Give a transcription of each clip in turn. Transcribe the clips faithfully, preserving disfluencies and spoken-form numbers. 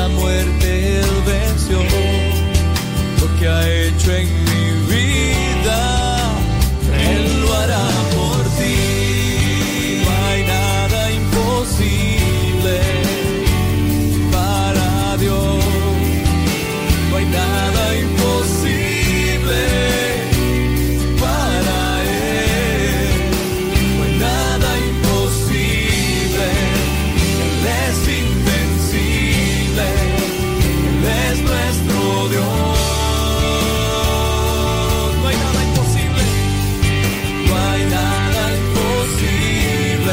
la muerte Él venció. Lo que ha hecho en mi vida, Él lo hará por ti. No hay nada imposible para Dios. No hay nada imposible para Él. No hay nada imposible. Él es invencible. Él es nuestro Dios. No hay nada imposible. No hay nada imposible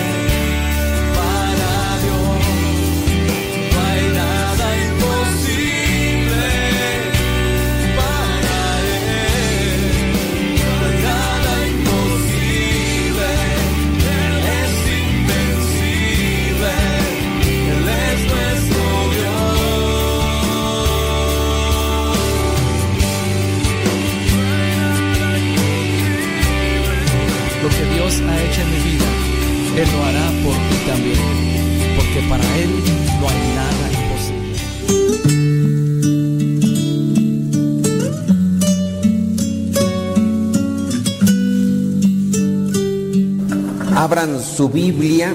para Dios. No hay nada imposible para Él. No hay nada imposible. Él es invencible. Él es nuestro Lo que Dios ha hecho en mi vida, Él lo hará por ti también, porque para Él no hay nada imposible. Abran su Biblia.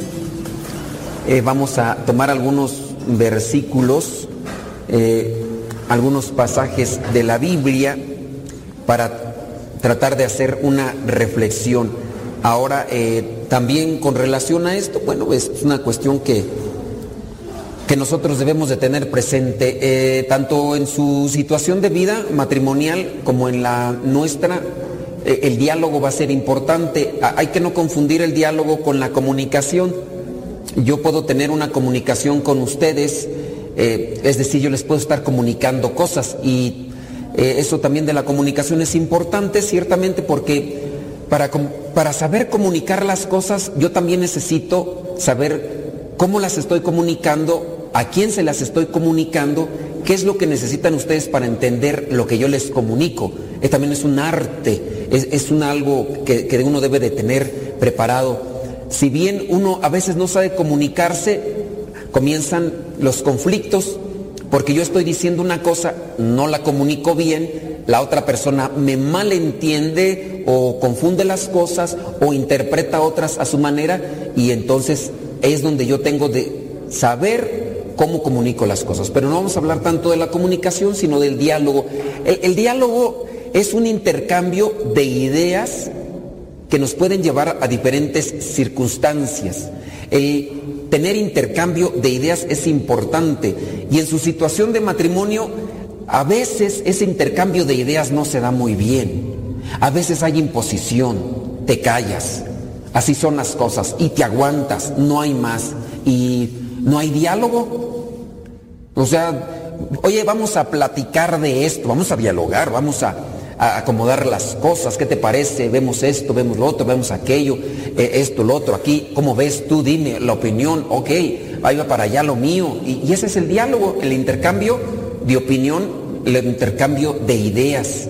Eh, vamos a tomar algunos versículos, eh, algunos pasajes de la Biblia para tratar de hacer una reflexión. Ahora, eh, también con relación a esto, bueno, es una cuestión que, que nosotros debemos de tener presente, eh, tanto en su situación de vida matrimonial como en la nuestra. Eh, el diálogo va a ser importante. Hay que no confundir el diálogo con la comunicación. Yo puedo tener una comunicación con ustedes, eh, es decir, yo les puedo estar comunicando cosas y Eh, eso también de la comunicación es importante, ciertamente, porque para, para saber comunicar las cosas, yo también necesito saber cómo las estoy comunicando, a quién se las estoy comunicando, qué es lo que necesitan ustedes para entender lo que yo les comunico. Eh, también es un arte, es, es un algo que, que uno debe de tener preparado. Si bien uno a veces no sabe comunicarse, comienzan los conflictos, porque yo estoy diciendo una cosa, no la comunico bien, la otra persona me malentiende o confunde las cosas o interpreta otras a su manera, y entonces es donde yo tengo de saber cómo comunico las cosas. Pero no vamos a hablar tanto de la comunicación, sino del diálogo. El, el diálogo es un intercambio de ideas que nos pueden llevar a diferentes circunstancias. El tener intercambio de ideas es importante, y en su situación de matrimonio a veces ese intercambio de ideas no se da muy bien. A veces hay imposición, te callas, así son las cosas y te aguantas, no hay más, y no hay diálogo. O sea, oye, vamos a platicar de esto, vamos a dialogar, vamos a a acomodar las cosas. ¿Qué te parece? Vemos esto, vemos lo otro, vemos aquello, eh, esto, lo otro, aquí. ¿Cómo ves tú? Dime la opinión. Ok, ahí va para allá lo mío. Y, y ese es el diálogo, el intercambio de opinión, el intercambio de ideas,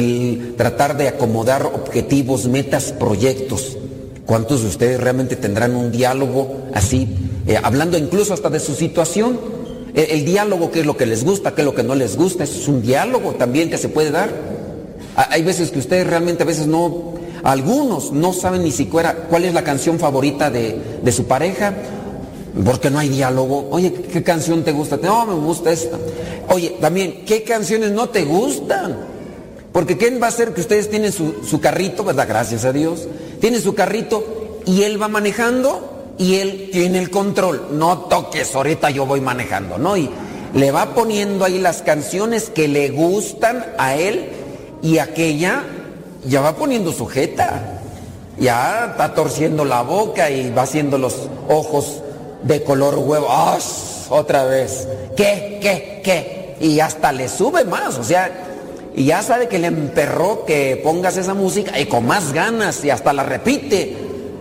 el tratar de acomodar objetivos, metas, proyectos. ¿Cuántos de ustedes realmente tendrán un diálogo así, eh, hablando incluso hasta de su situación? El, el diálogo, qué es lo que les gusta, qué es lo que no les gusta, eso es un diálogo también que se puede dar. Hay veces que ustedes realmente a veces no, algunos no saben ni siquiera cuál es la canción favorita de, de su pareja, porque no hay diálogo. Oye, ¿qué canción te gusta? No, me gusta esta. Oye, también, ¿qué canciones no te gustan? Porque ¿quién va a hacer que ustedes tienen su, su carrito, verdad? Gracias a Dios. Tienen su carrito y él va manejando y él tiene el control. No toques, ahorita yo voy manejando, ¿no? Y le va poniendo ahí las canciones que le gustan a él, y aquella ya va poniendo sujeta, ya está torciendo la boca y va haciendo los ojos de color huevo. ¡Oh! Otra vez. ¿Qué? ¿Qué? ¿Qué? Y hasta le sube más, o sea, y ya sabe que le emperró que pongas esa música y con más ganas, y hasta la repite,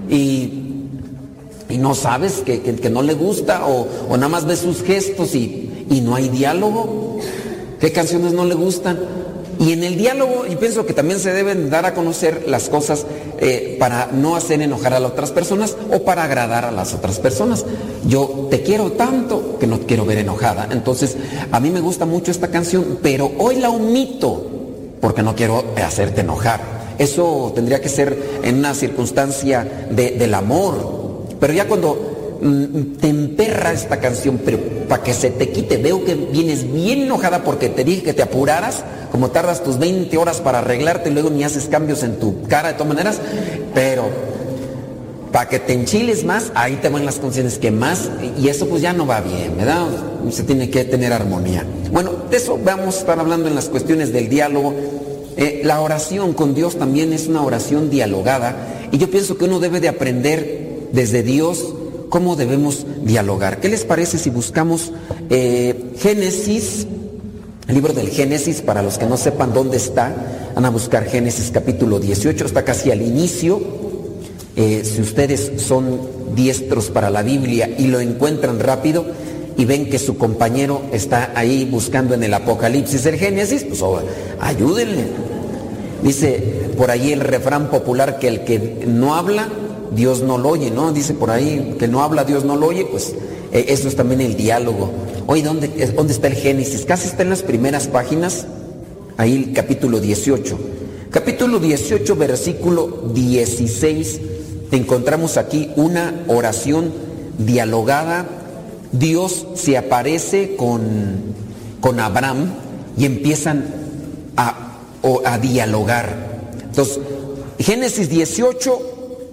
y, y no sabes que, que, que no le gusta, o, o nada más ves sus gestos y, y no hay diálogo. ¿Qué canciones no le gustan? Y en el diálogo, yo pienso que también se deben dar a conocer las cosas eh, para no hacer enojar a las otras personas o para agradar a las otras personas. Yo te quiero tanto que no te quiero ver enojada. Entonces, a mí me gusta mucho esta canción, pero hoy la omito porque no quiero hacerte enojar. Eso tendría que ser en una circunstancia de, del amor. Pero ya cuando te emperra esta canción, pero para que se te quite, veo que vienes bien enojada porque te dije que te apuraras, como tardas tus veinte horas para arreglarte y luego ni haces cambios en tu cara de todas maneras, pero para que te enchiles más, ahí te van las canciones que más, y eso pues ya no va bien, ¿verdad? Se tiene que tener armonía. Bueno, de eso vamos a estar hablando en las cuestiones del diálogo. Eh, la oración con Dios también es una oración dialogada, y yo pienso que uno debe de aprender desde Dios cómo debemos dialogar. ¿Qué les parece si buscamos eh, Génesis, el libro del Génesis? Para los que no sepan dónde está, van a buscar Génesis capítulo dieciocho, está casi al inicio. Eh, si ustedes son diestros para la Biblia y lo encuentran rápido y ven que su compañero está ahí buscando en el Apocalipsis el Génesis, pues oh, ayúdenle. Dice por ahí el refrán popular que el que no habla, Dios no lo oye, ¿no? Dice por ahí, que no habla, Dios no lo oye, pues eh, eso es también el diálogo. Oye, ¿dónde, ¿dónde está el Génesis? Casi está en las primeras páginas, ahí el capítulo dieciocho. Capítulo dieciocho, versículo dieciséis, encontramos aquí una oración dialogada. Dios se aparece con, con Abraham y empiezan a, a dialogar. Entonces, Génesis dieciocho,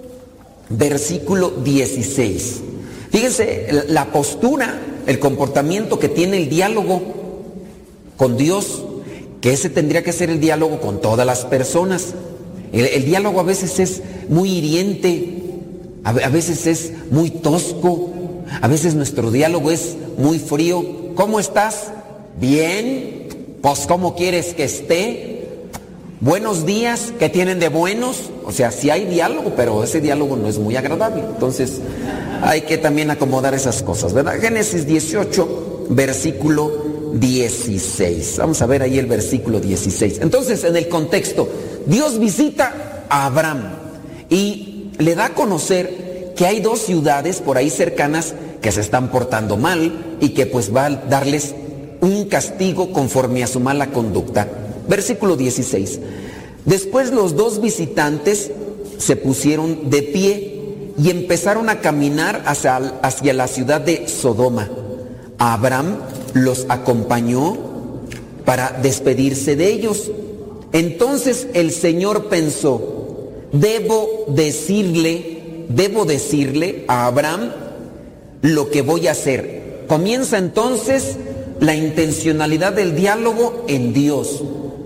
versículo dieciséis. Fíjense la postura, el comportamiento que tiene el diálogo con Dios, que ese tendría que ser el diálogo con todas las personas. El, el diálogo a veces es muy hiriente, a, a veces es muy tosco, a veces nuestro diálogo es muy frío. ¿Cómo estás? Bien. Pues ¿cómo quieres que esté? Buenos días, ¿qué tienen de buenos? O sea, sí hay diálogo, pero ese diálogo no es muy agradable. Entonces, hay que también acomodar esas cosas, ¿verdad? Génesis dieciocho, versículo dieciséis. Vamos a ver ahí el versículo dieciséis. Entonces, en el contexto, Dios visita a Abraham y le da a conocer que hay dos ciudades por ahí cercanas que se están portando mal y que pues va a darles un castigo conforme a su mala conducta. Versículo dieciséis. Después los dos visitantes se pusieron de pie y empezaron a caminar hacia, hacia la ciudad de Sodoma. Abraham los acompañó para despedirse de ellos. Entonces el Señor pensó, debo decirle, debo decirle a Abraham lo que voy a hacer. Comienza entonces la intencionalidad del diálogo en Dios.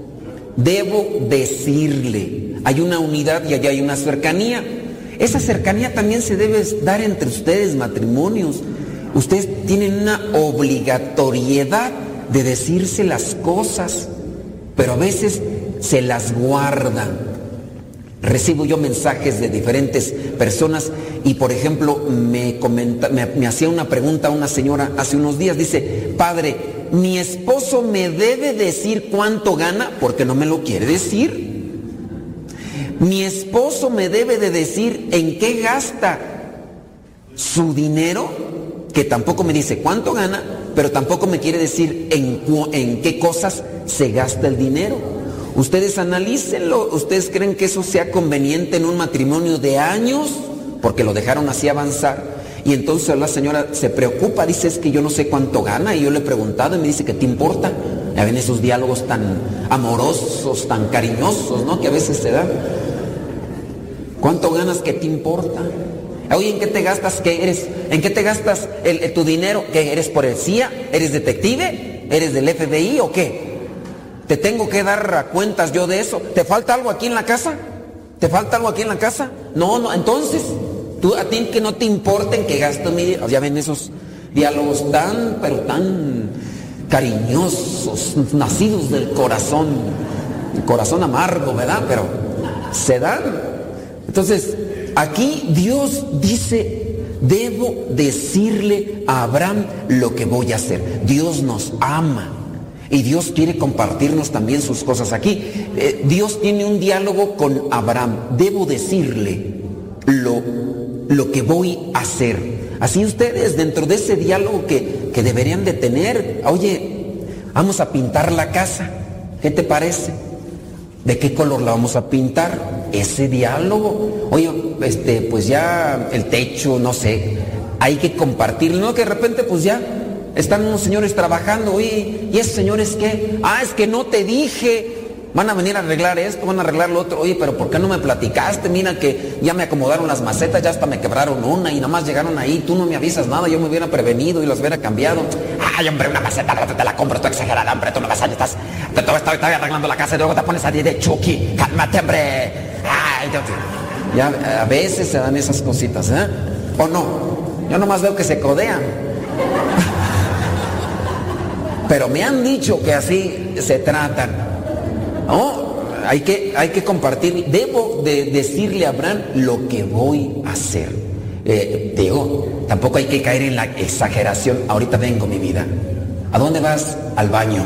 Debo decirle. Hay una unidad y allá hay una cercanía. Esa cercanía también se debe dar entre ustedes, matrimonios. Ustedes tienen una obligatoriedad de decirse las cosas, pero a veces se las guardan. Recibo yo mensajes de diferentes personas y, por ejemplo, me, comenta, me, me hacía una pregunta una señora hace unos días. Dice, padre, mi esposo me debe decir cuánto gana porque no me lo quiere decir. Mi esposo me debe de decir en qué gasta su dinero, que tampoco me dice cuánto gana, pero tampoco me quiere decir en, en qué cosas se gasta el dinero. Ustedes analícenlo. ¿Ustedes creen que eso sea conveniente en un matrimonio de años? Porque lo dejaron así avanzar. Y entonces la señora se preocupa, dice, es que yo no sé cuánto gana. Y yo le he preguntado y me dice, ¿qué te importa? Ya ven esos diálogos tan amorosos, tan cariñosos, ¿no? Que a veces se dan. ¿Cuánto ganas? ¿Qué te importa? Oye, ¿en qué te gastas? ¿Qué eres? ¿En qué te gastas el, el, tu dinero? ¿Qué eres policía? ¿Eres detective? ¿Eres del F B I o qué? ¿Te tengo que dar cuentas yo de eso? ¿Te falta algo aquí en la casa? ¿Te falta algo aquí en la casa? No, no, entonces, tú a ti que no te importa en qué gasto mi dinero. Ya ven esos diálogos tan, pero tan cariñosos, nacidos del corazón, el corazón amargo, ¿verdad? Pero se dan. Entonces, aquí Dios dice, debo decirle a Abraham lo que voy a hacer. Dios nos ama. Y Dios quiere compartirnos también sus cosas aquí. Eh, Dios tiene un diálogo con Abraham. Debo decirle lo, lo que voy a hacer. Así ustedes, dentro de ese diálogo que, que deberían de tener, oye, vamos a pintar la casa. ¿Qué te parece? ¿De qué color la vamos a pintar? Ese diálogo. Oye, este, pues ya el techo, no sé, hay que compartirlo. No que de repente pues ya están unos señores trabajando. Oye, ¿y esos señores qué? Ah, es que no te dije. Van a venir a arreglar esto, van a arreglar lo otro. Oye, pero ¿por qué no me platicaste? Mira que ya me acomodaron las macetas, ya hasta me quebraron una y nada más llegaron ahí. Tú no me avisas nada, yo me hubiera prevenido y las hubiera cambiado. Ay, hombre, una maceta, rato te la compro, tú exagerada, hombre, tú no vas a estás, te, te, te, te arreglando la casa y luego te pones a ir de Chucky. Cálmate, hombre. Ay, Dios. Ya a veces se dan esas cositas, ¿eh? ¿O no? Yo nomás veo que se codean. Pero me han dicho que así se tratan. No, hay que, hay que compartir. Debo de decirle a Abraham lo que voy a hacer. Eh, digo, tampoco hay que caer en la exageración. Ahorita vengo, mi vida. ¿A dónde vas? Al baño.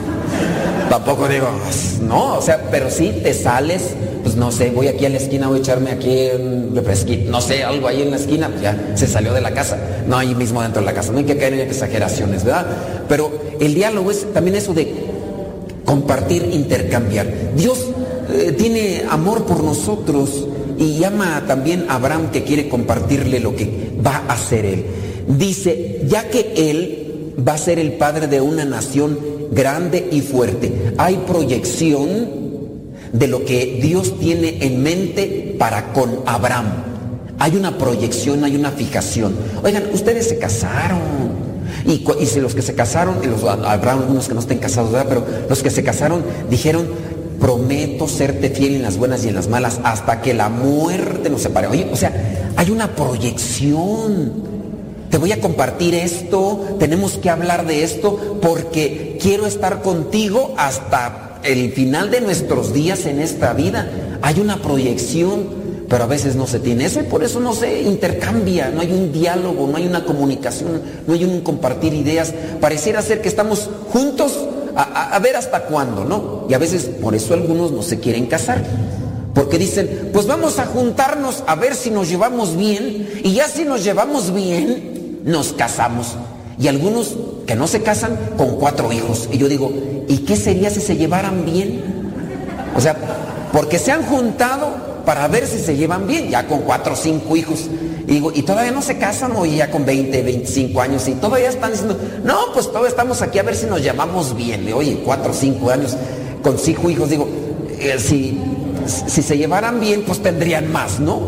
Tampoco digo, no, o sea, pero sí te sales, pues no sé, voy aquí a la esquina, voy a echarme aquí un refresquito, no sé, algo ahí en la esquina, pues ya se salió de la casa, no ahí mismo dentro de la casa, no hay que caer en exageraciones, ¿verdad? Pero el diálogo es también eso de compartir, intercambiar. Dios eh, tiene amor por nosotros y llama también a Abraham que quiere compartirle lo que va a hacer él. Dice, ya que él va a ser el padre de una nación grande y fuerte. Hay proyección de lo que Dios tiene en mente para con Abraham. Hay una proyección, hay una fijación. Oigan, ustedes se casaron. Y, y si los que se casaron, y los, habrá algunos que no estén casados, ¿verdad? Pero los que se casaron dijeron, prometo serte fiel en las buenas y en las malas hasta que la muerte nos separe. Oye, o sea, hay una proyección. Te voy a compartir esto, tenemos que hablar de esto porque quiero estar contigo hasta el final de nuestros días en esta vida. Hay una proyección, pero a veces no se tiene eso y por eso no se intercambia, no hay un diálogo, no hay una comunicación, no hay un compartir ideas. Pareciera ser que estamos juntos a, a, a ver hasta cuándo, ¿no? Y a veces por eso algunos no se quieren casar. Porque dicen, pues vamos a juntarnos a ver si nos llevamos bien y ya si nos llevamos bien, nos casamos. Y algunos que no se casan con cuatro hijos. Y yo digo, ¿y qué sería si se llevaran bien? O sea, porque se han juntado para ver si se llevan bien, ya con cuatro o cinco hijos. Y digo, ¿y todavía no se casan? O ya con veinte, veinticinco años y todavía están diciendo, no, pues todavía estamos aquí a ver si nos llevamos bien. Oye, cuatro o cinco años con cinco hijos, digo, eh, si... Si se llevaran bien, pues tendrían más, ¿no?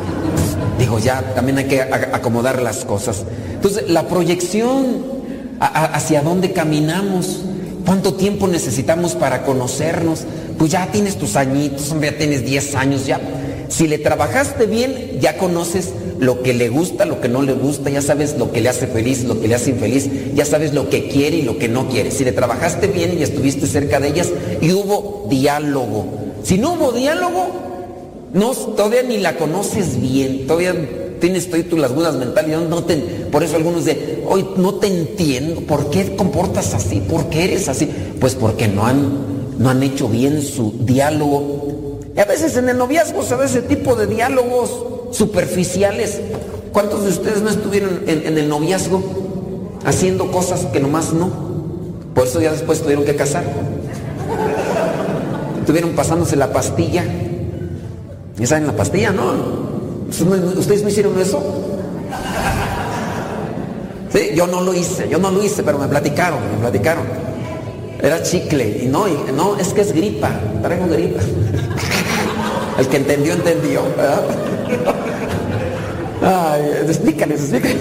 Digo, ya también hay que acomodar las cosas. Entonces, la proyección a, a, hacia dónde caminamos, cuánto tiempo necesitamos para conocernos. Pues ya tienes tus añitos, hombre, ya tienes diez años, ya. Si le trabajaste bien, ya conoces lo que le gusta, lo que no le gusta, ya sabes lo que le hace feliz, lo que le hace infeliz, ya sabes lo que quiere y lo que no quiere. Si le trabajaste bien y estuviste cerca de ellas y hubo diálogo. Si no hubo diálogo, no, todavía ni la conoces bien, todavía tienes tú las dudas mentales, no te, por eso algunos de, hoy no te entiendo, ¿por qué comportas así? ¿Por qué eres así? Pues porque no han, no han hecho bien su diálogo. Y a veces en el noviazgo se ve ese tipo de diálogos superficiales. ¿Cuántos de ustedes no estuvieron en, en el noviazgo haciendo cosas que nomás no? Por eso ya después tuvieron que casar. Estuvieron pasándose la pastilla. ¿Ya saben la pastilla, no? ¿Ustedes no hicieron eso? Sí, yo no lo hice, yo no lo hice, pero me platicaron, me platicaron. Era chicle, y no, y no, es que es gripa, traigo gripa. El que entendió, entendió, ¿verdad? Ay, explícales, explícales.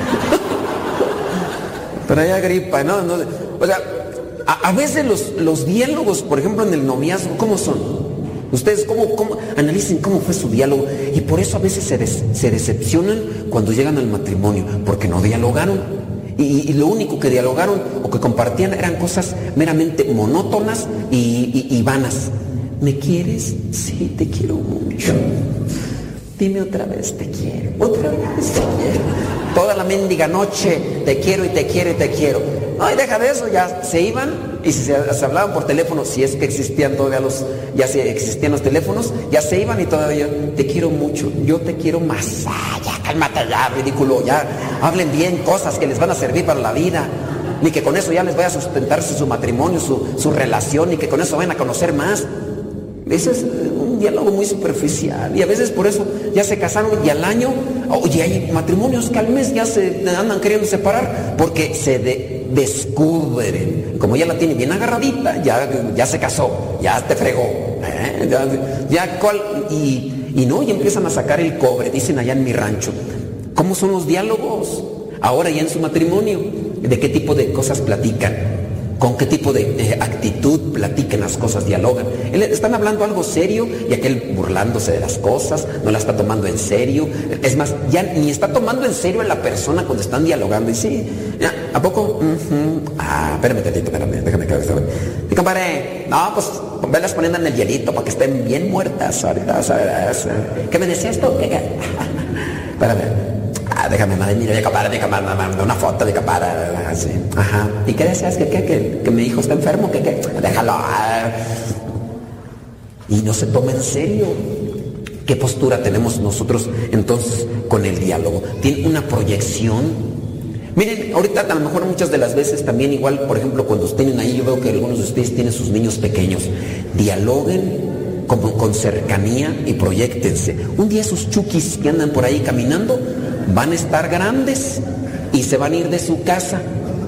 Traía gripa, ¿no? no o sea, A, a veces los, los diálogos, por ejemplo, en el noviazgo, ¿cómo son? Ustedes, ¿cómo, cómo analicen cómo fue su diálogo? Y por eso a veces se, des, se decepcionan cuando llegan al matrimonio, porque no dialogaron. Y, y lo único que dialogaron o que compartían eran cosas meramente monótonas y, y, y vanas. ¿Me quieres? Sí, te quiero mucho. Dime otra vez, te quiero. Otra vez, te quiero. Toda la mendiga noche, te quiero y te quiero y te quiero. No, y deja de eso, ya se iban y si se, se hablaban por teléfono, si es que existían todavía los, ya se existían los teléfonos, ya se iban y todavía, te quiero mucho, yo te quiero más. Ah, ya cálmate ya, ridículo, ya hablen bien cosas que les van a servir para la vida, ni que con eso ya les vaya a sustentarse su matrimonio, su, su relación, ni que con eso vayan a conocer más. Ese es un diálogo muy superficial y a veces por eso ya se casaron y al año, oye, hay matrimonios que al mes ya se andan queriendo separar porque se de, descubren, como ya la tienen bien agarradita, ya, ya se casó, ya te fregó, ¿eh? ya, ya cual, y, y no, y empiezan a sacar el cobre, dicen allá en mi rancho. ¿Cómo son los diálogos? Ahora ya en su matrimonio, ¿de qué tipo de cosas platican? ¿Con qué tipo de eh, actitud platican las cosas, dialogan? Están hablando algo serio y aquel burlándose de las cosas, no la está tomando en serio. Es más, ya ni está tomando en serio a la persona cuando están dialogando. Y sí, ya, ¿a poco? Uh-huh. Ah, espérame, tantito, espérame, déjame que ver. Y compadre, no, pues velas poniendo en el hielito para que estén bien muertas ahorita. ¿Qué me decías tú? ¿Qué, qué? Espérame. Ah, déjame, madre, mira, de capara, de capara, una foto de capara, así. Ajá. ¿Y qué deseas? ¿Qué, qué, qué? ¿Que mi hijo está enfermo? ¿Qué, qué? Déjalo. Ah. Y no se toma en serio. ¿Qué postura tenemos nosotros entonces con el diálogo? ¿Tiene una proyección? Miren, ahorita a lo mejor muchas de las veces también igual, por ejemplo, cuando tienen ahí, yo veo que algunos de ustedes tienen sus niños pequeños. Dialoguen como con cercanía y proyéctense. Un día esos chukis que andan por ahí caminando van a estar grandes y se van a ir de su casa.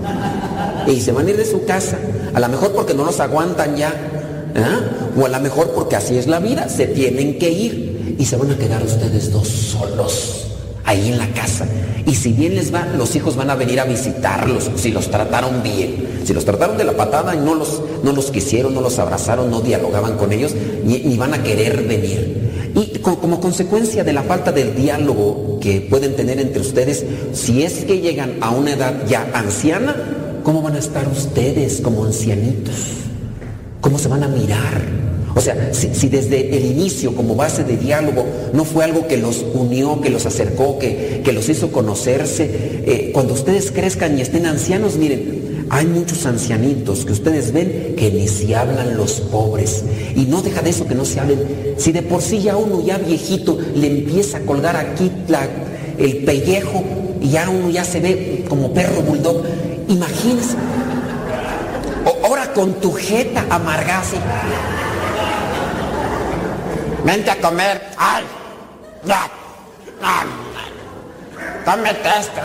Y se van a ir de su casa. A lo mejor porque no los aguantan ya. ¿eh? O a lo mejor porque así es la vida. Se tienen que ir. Y se van a quedar ustedes dos solos ahí en la casa. Y si bien les va, los hijos van a venir a visitarlos si los trataron bien. Si los trataron de la patada y no los, no los quisieron, no los abrazaron, no dialogaban con ellos, ni, ni van a querer venir. Y como consecuencia de la falta del diálogo que pueden tener entre ustedes, si es que llegan a una edad ya anciana, ¿cómo van a estar ustedes como ancianitos? ¿Cómo se van a mirar? O sea, si, si desde el inicio como base de diálogo no fue algo que los unió, que los acercó, que, que los hizo conocerse, eh, cuando ustedes crezcan y estén ancianos, miren, hay muchos ancianitos que ustedes ven que ni se hablan los pobres. Y no deja de eso que no se hablen. Si de por sí ya uno ya viejito le empieza a colgar aquí la, el pellejo y ya uno ya se ve como perro bulldog, imagínense. O, ahora con tu jeta amargada así. Vente a comer. Ay, ya, cómete esto.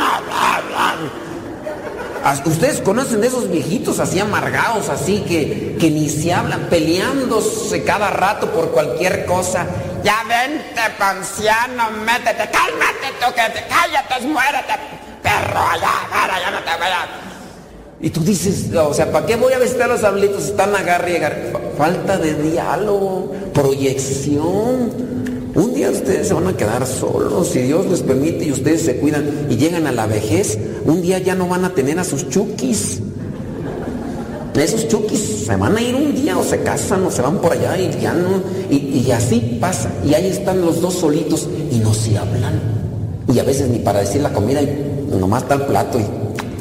Ustedes conocen de esos viejitos así amargados, así que, que ni se hablan, peleándose cada rato por cualquier cosa. Ya vente, panciano, métete, cálmate tú, que te cállate, muérete, perro, allá, allá, ya no te vayas. Y tú dices, o sea, ¿para qué voy a visitar a los abuelitos? Están agarre y agarre. Falta de diálogo, proyección. Un día ustedes se van a quedar solos, si Dios les permite y ustedes se cuidan y llegan a la vejez, un día ya no van a tener a sus chukis. Esos chukis se van a ir un día o se casan o se van por allá y ya no, y, y así pasa. Y ahí están los dos solitos y no se hablan. Y a veces ni para decir la comida y nomás está el plato y...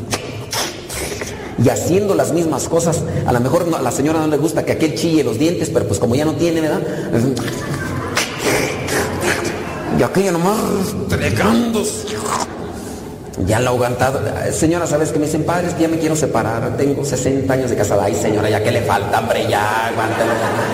y haciendo las mismas cosas. A lo mejor no, a la señora no le gusta que aquel chille los dientes, pero pues como ya no tiene, ¿verdad? Y aquella nomás tregándose. Ya la aguantado. Señora, ¿sabes qué me dicen? Padre, es que ya me quiero separar. Tengo sesenta años de casada. Ay, señora, ya que le falta, hombre, ya, aguántelo.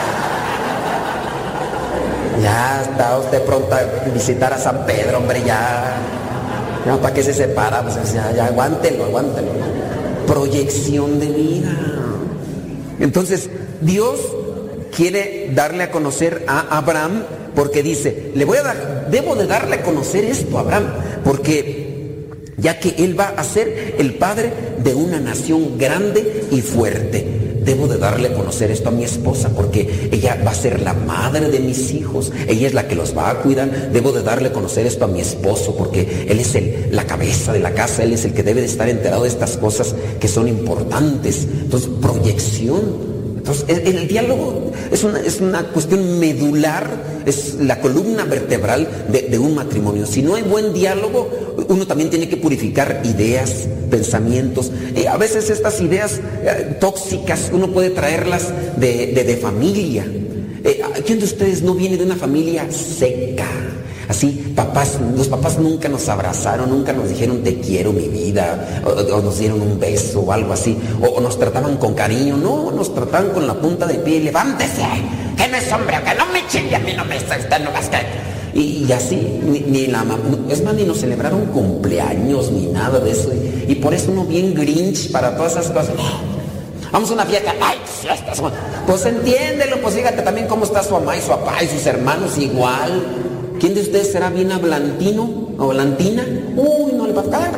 Ya está usted pronta a visitar a San Pedro, hombre, ya. No, ¿para qué se separa? Pues ya, ya, aguántelo, aguántelo. Proyección de vida. Entonces, Dios quiere darle a conocer a Abraham porque dice, le voy a dar, debo de darle a conocer esto a Abraham, porque ya que él va a ser el padre de una nación grande y fuerte, debo de darle a conocer esto a mi esposa, porque ella va a ser la madre de mis hijos, ella es la que los va a cuidar. Debo de darle a conocer esto a mi esposo, porque él es el, la cabeza de la casa, él es el que debe de estar enterado de estas cosas que son importantes. Entonces, proyección. Entonces, el, el diálogo es una, es una cuestión medular, es la columna vertebral de, de un matrimonio. Si no hay buen diálogo, Uno también tiene que purificar ideas, pensamientos. Y a veces estas ideas eh, tóxicas uno puede traerlas de, de, de familia. Eh, ¿Quién de ustedes no viene de una familia seca? Así, papás, los papás nunca nos abrazaron, nunca nos dijeron te quiero mi vida, o, o nos dieron un beso o algo así, o, o nos trataban con cariño. No, nos trataban con la punta de pie. Levántese, que no es hombre, que no me chingue, a mí no me está, está no más que... Y, y así, ni, ni la mamá, es más, ni nos celebraron cumpleaños, ni nada de eso. Y, y por eso uno bien grinch para todas esas cosas. Vamos a una fiesta, ay, fiestas. Pues entiéndelo, pues fíjate también cómo está su mamá y su papá y sus hermanos igual. ¿Quién de ustedes será bien hablantino o hablantina? Uy, no le va a caer.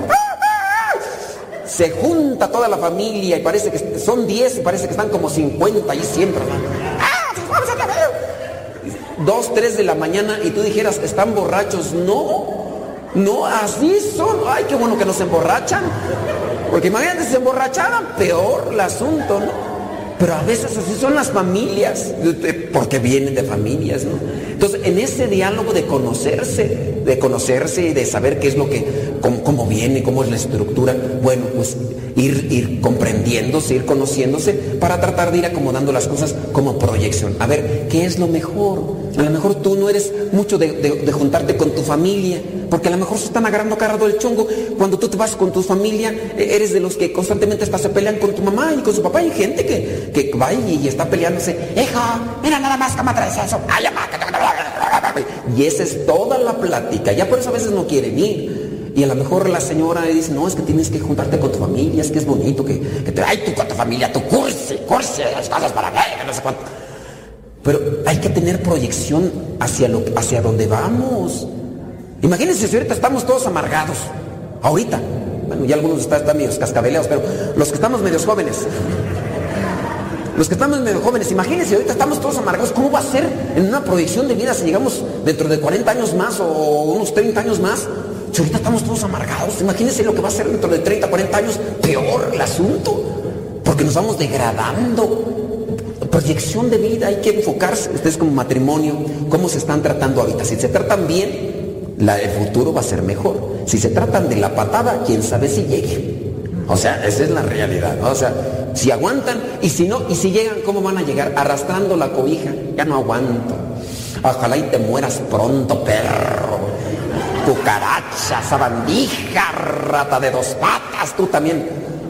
Se junta toda la familia y parece que son diez y parece que están como cincuenta y siempre. Dos, tres de la mañana y tú dijeras, ¿están borrachos? No, no, así son. Ay, qué bueno que no se emborrachan. Porque imagínate, si se emborracharan, peor el asunto, ¿no? Pero a veces así son las familias, porque vienen de familias, ¿no? Entonces, en ese diálogo de conocerse, de conocerse y de saber qué es lo que, cómo, cómo viene, cómo es la estructura, bueno, pues ir, ir comprendiéndose, ir conociéndose para tratar de ir acomodando las cosas como proyección. A ver, ¿qué es lo mejor? A lo mejor tú no eres mucho de, de, de juntarte con tu familia, porque a lo mejor se están agarrando cada rato el chongo. Cuando tú te vas con tu familia, eres de los que constantemente hasta se pelean con tu mamá y con su papá. Hay gente que, que va y, y está peleándose. Hija, mira nada más cómo traes eso. Ay, mamá. Y esa es toda la plática. Ya por eso a veces no quieren ir. Y a lo mejor la señora le dice, no, es que tienes que juntarte con tu familia, es que es bonito que, que te... Ay, tú con tu familia, tu cursi, cursi, las cosas para ver, no sé cuánto. Pero hay que tener proyección hacia, lo, hacia donde vamos. Imagínense si ahorita estamos todos amargados. Ahorita. Bueno, ya algunos están, están medios cascabeleados, pero los que estamos medios jóvenes. Los que estamos medio jóvenes, imagínense, ahorita estamos todos amargados. ¿Cómo va a ser en una proyección de vida si llegamos dentro de cuarenta años más o unos treinta años más? Si ahorita estamos todos amargados, imagínense lo que va a ser dentro de treinta, cuarenta años. Peor el asunto, porque nos vamos degradando. Proyección de vida, hay que enfocarse. Ustedes como matrimonio, ¿cómo se están tratando ahorita? Si se tratan bien, la, el futuro va a ser mejor. Si se tratan de la patada, quién sabe si llegue. O sea, esa es la realidad, ¿no? O sea, si aguantan, y si no, y si llegan, ¿cómo van a llegar? Arrastrando la cobija. Ya no aguanto. Ojalá y te mueras pronto, perro. Cucaracha, sabandija, rata de dos patas, tú también.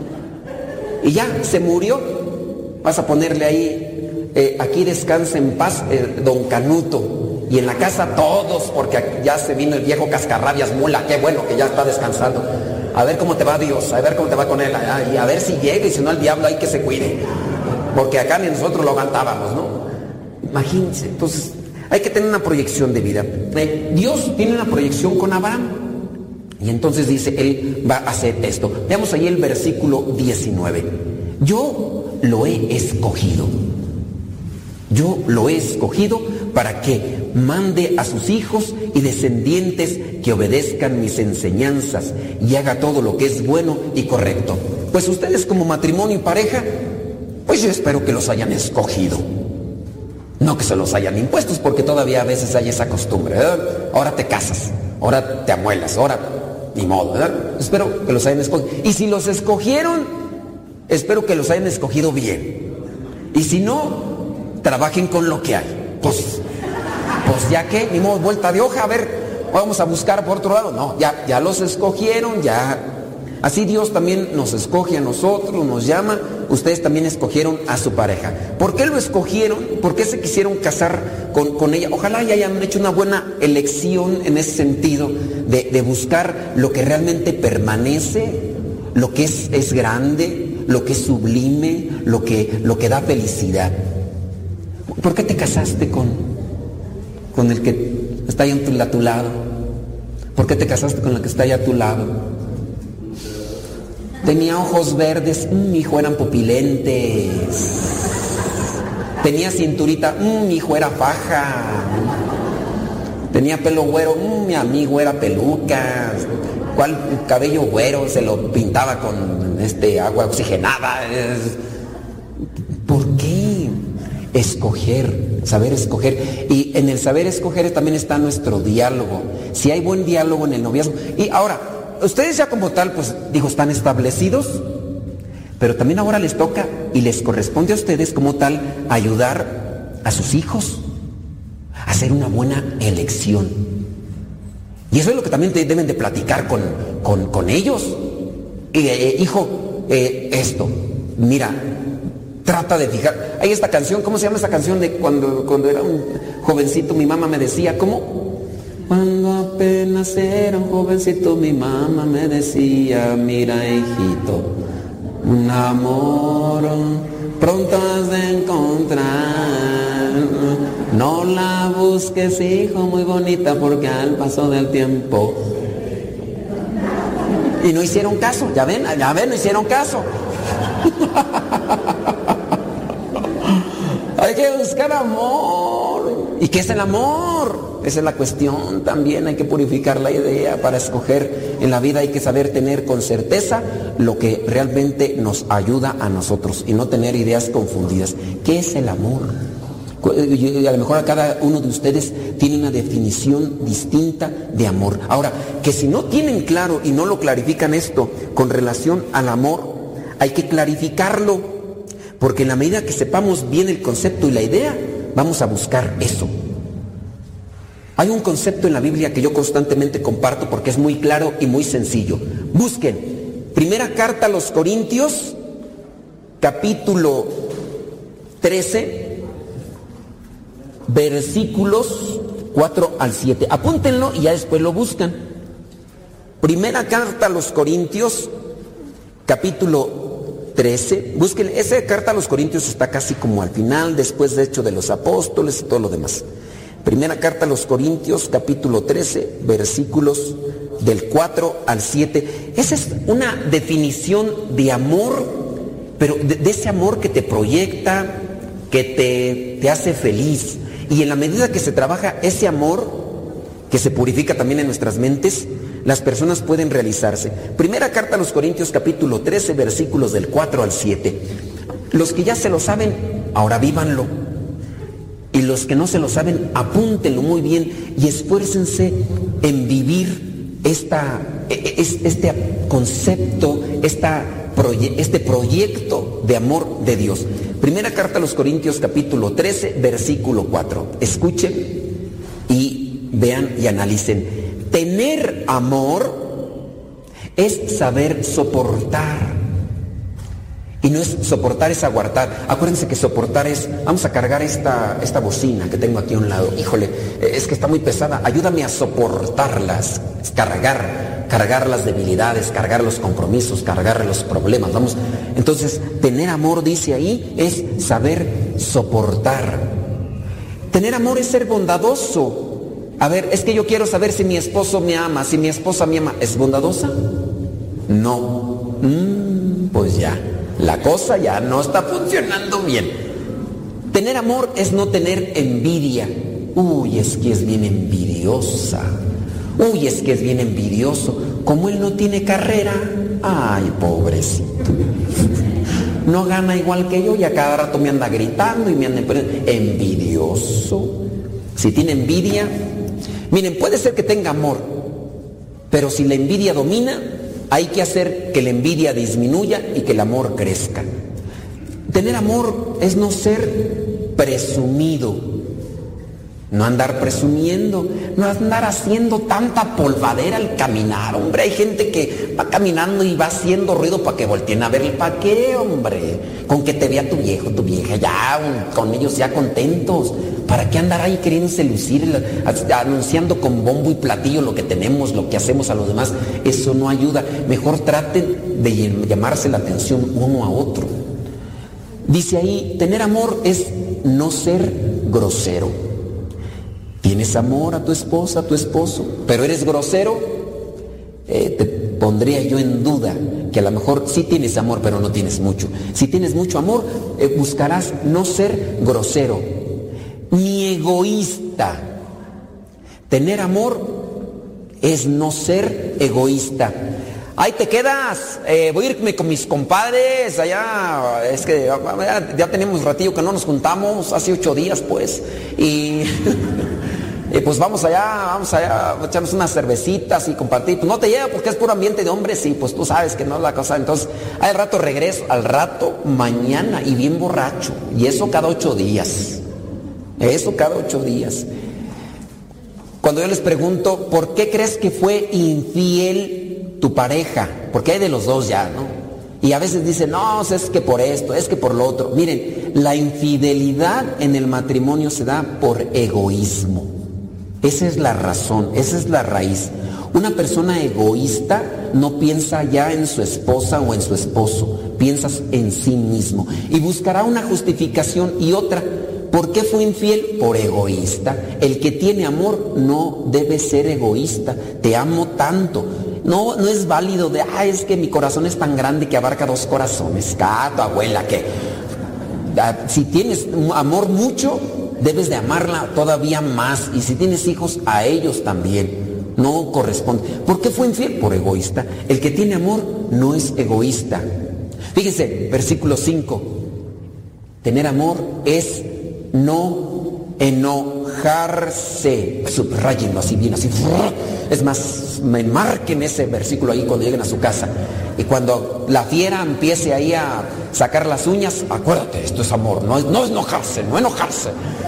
Y ya, se murió. Vas a ponerle ahí, eh, aquí descansa en paz, eh, don Canuto. Y en la casa todos, porque ya se vino el viejo cascarrabias mula, qué bueno que ya está descansando. A ver cómo te va Dios, a ver cómo te va con él, y a ver si llega, y si no el diablo hay que se cuide. Porque acá ni nosotros lo aguantábamos, ¿no? Imagínense, entonces hay que tener una proyección de vida. Eh, Dios tiene una proyección con Abraham. Y entonces dice, él va a hacer esto. Veamos ahí el versículo diecinueve. Yo lo he escogido. Yo lo he escogido para que mande a sus hijos y descendientes que obedezcan mis enseñanzas y haga todo lo que es bueno y correcto. Pues ustedes como matrimonio y pareja, pues yo espero que los hayan escogido. No que se los hayan impuestos, porque todavía a veces hay esa costumbre, ¿verdad? Ahora te casas, ahora te amuelas, ahora ni modo, ¿verdad? Espero que los hayan escogido. Y si los escogieron, espero que los hayan escogido bien. Y si no, trabajen con lo que hay. Pues, pues ya que, ni modo, vuelta de hoja, a ver, vamos a buscar por otro lado. No, ya, ya los escogieron, ya. Así Dios también nos escoge a nosotros, nos llama. Ustedes también escogieron a su pareja. ¿Por qué lo escogieron? ¿Por qué se quisieron casar con, con ella? Ojalá ya hayan hecho una buena elección en ese sentido de, de buscar lo que realmente permanece, lo que es, es grande, lo que es sublime, lo que, lo que da felicidad. ¿Por qué te casaste con, con el que está ahí a tu, a tu lado? ¿Por qué te casaste con la que está ahí a tu lado? Tenía ojos verdes, mmm, mi hijo, eran pupilentes. Tenía cinturita, mmm, mi hijo, era faja. Tenía pelo güero, mmm, mi amigo, era peluca. ¿Cuál cabello güero? Se lo pintaba con este agua oxigenada. ¿Por qué? Escoger, saber escoger. Y en el saber escoger también está nuestro diálogo. Si hay buen diálogo en el noviazgo. Y ahora, ustedes ya como tal, pues digo, están establecidos, pero también ahora les toca y les corresponde a ustedes como tal ayudar a sus hijos a hacer una buena elección. Y eso es lo que también te deben de platicar con, con, con ellos. Eh, eh, hijo, eh, esto, mira, trata de fijar. Hay esta canción, ¿cómo se llama esta canción de cuando, cuando era un jovencito? Mi mamá me decía, ¿cómo? Cuando apenas era un jovencito, mi mamá me decía, mira, hijito, un amor pronto has de encontrar. No la busques, hijo, muy bonita, porque al paso del tiempo. Y no hicieron caso, ya ven, ya ven, no hicieron caso. Hay que buscar amor. ¿Y qué es el amor? Esa es la cuestión también. Hay que purificar la idea para escoger en la vida. Hay que saber tener con certeza lo que realmente nos ayuda a nosotros y no tener ideas confundidas. ¿Qué es el amor? A lo mejor a cada uno de ustedes tiene una definición distinta de amor. Ahora, que si no tienen claro y no lo clarifican esto con relación al amor, hay que clarificarlo, porque en la medida que sepamos bien el concepto y la idea, vamos a buscar eso. Hay un concepto en la Biblia que yo constantemente comparto porque es muy claro y muy sencillo. Busquen Primera Carta a los Corintios, capítulo trece, versículos cuatro al siete. Apúntenlo y ya después lo buscan. Primera Carta a los Corintios, capítulo trece. Busquen, esa carta a los Corintios está casi como al final, después de Hechos de los Apóstoles y todo lo demás. Primera Carta a los Corintios, capítulo trece, versículos del cuatro al siete. Esa es una definición de amor, pero de, de ese amor que te proyecta, que te, te hace feliz. Y en la medida que se trabaja ese amor, que se purifica también en nuestras mentes, las personas pueden realizarse. Primera Carta a los Corintios, capítulo trece, versículos del cuatro al siete. Los que ya se lo saben, ahora vívanlo. Y los que no se lo saben, apúntenlo muy bien y esfuércense en vivir esta, este concepto, esta, este proyecto de amor de Dios. Primera Carta a los Corintios, capítulo trece, versículo cuatro. Escuchen y vean y analicen. Tener amor es saber soportar. Y no es soportar, es aguantar. Acuérdense que soportar es, vamos a cargar esta, esta bocina que tengo aquí a un lado. Híjole, es que está muy pesada. Ayúdame a soportarlas, cargar, cargar las debilidades, cargar los compromisos, cargar los problemas. Vamos. Entonces, tener amor, dice ahí, es saber soportar. Tener amor es ser bondadoso. A ver, es que yo quiero saber si mi esposo me ama, si mi esposa me ama. ¿Es bondadosa? No. Mm, pues ya. La cosa ya no está funcionando bien. Tener amor es no tener envidia. Uy, es que es bien envidiosa. Uy, es que es bien envidioso. Como él no tiene carrera, ay, pobrecito. No gana igual que yo y a cada rato me anda gritando y me anda envidioso. Si tiene envidia, miren, puede ser que tenga amor, pero si la envidia domina, hay que hacer que la envidia disminuya y que el amor crezca. Tener amor es no ser presumido, no andar presumiendo, no andar haciendo tanta polvadera al caminar. Hombre, hay gente que va caminando y va haciendo ruido para que volteen a ver el pa' qué, hombre. Con que te vea tu viejo, tu vieja, ya, con ellos ya contentos. ¿Para qué andar ahí queriéndose lucir, anunciando con bombo y platillo lo que tenemos, lo que hacemos a los demás? Eso no ayuda. Mejor traten de llamarse la atención uno a otro. Dice ahí, tener amor es no ser grosero. ¿Tienes amor a tu esposa, a tu esposo, pero eres grosero? Eh, te pondría yo en duda que a lo mejor sí tienes amor, pero no tienes mucho. Si tienes mucho amor, eh, buscarás no ser grosero, ni egoísta. Tener amor es no ser egoísta. Ahí te quedas, eh, voy a irme con mis compadres allá, es que ya, ya tenemos ratillo que no nos juntamos, hace ocho días pues, y Eh, pues vamos allá, vamos allá, echarnos unas cervecitas y compartir. Pues no te lleva porque es puro ambiente de hombres y pues tú sabes que no es la cosa. Entonces, al rato regreso, al rato mañana y bien borracho. Y eso cada ocho días. Eso cada ocho días. Cuando yo les pregunto, ¿por qué crees que fue infiel tu pareja? Porque hay de los dos ya, ¿no? Y a veces dicen, no, es que por esto, es que por lo otro. Miren, la infidelidad en el matrimonio se da por egoísmo. Esa es la razón, esa es la raíz. Una persona egoísta no piensa ya en su esposa o en su esposo, piensas en sí mismo y buscará una justificación y otra. ¿Por qué fue infiel? Por egoísta. El que tiene amor no debe ser egoísta. Te amo tanto. No, no es válido de, ah, es que mi corazón es tan grande que abarca dos corazones. Ah, tu abuela, que ah, si tienes amor mucho, debes de amarla todavía más. Y si tienes hijos, a ellos también. No corresponde. ¿Por qué fue infiel? Por egoísta. El que tiene amor no es egoísta. Fíjense, versículo cinco. Tener amor es no enojarse. Subrayenlo así bien, así. Es más, me marquen ese versículo ahí cuando lleguen a su casa. Y cuando la fiera empiece ahí a sacar las uñas, acuérdate, esto es amor, no es, no es enojarse, no enojarse.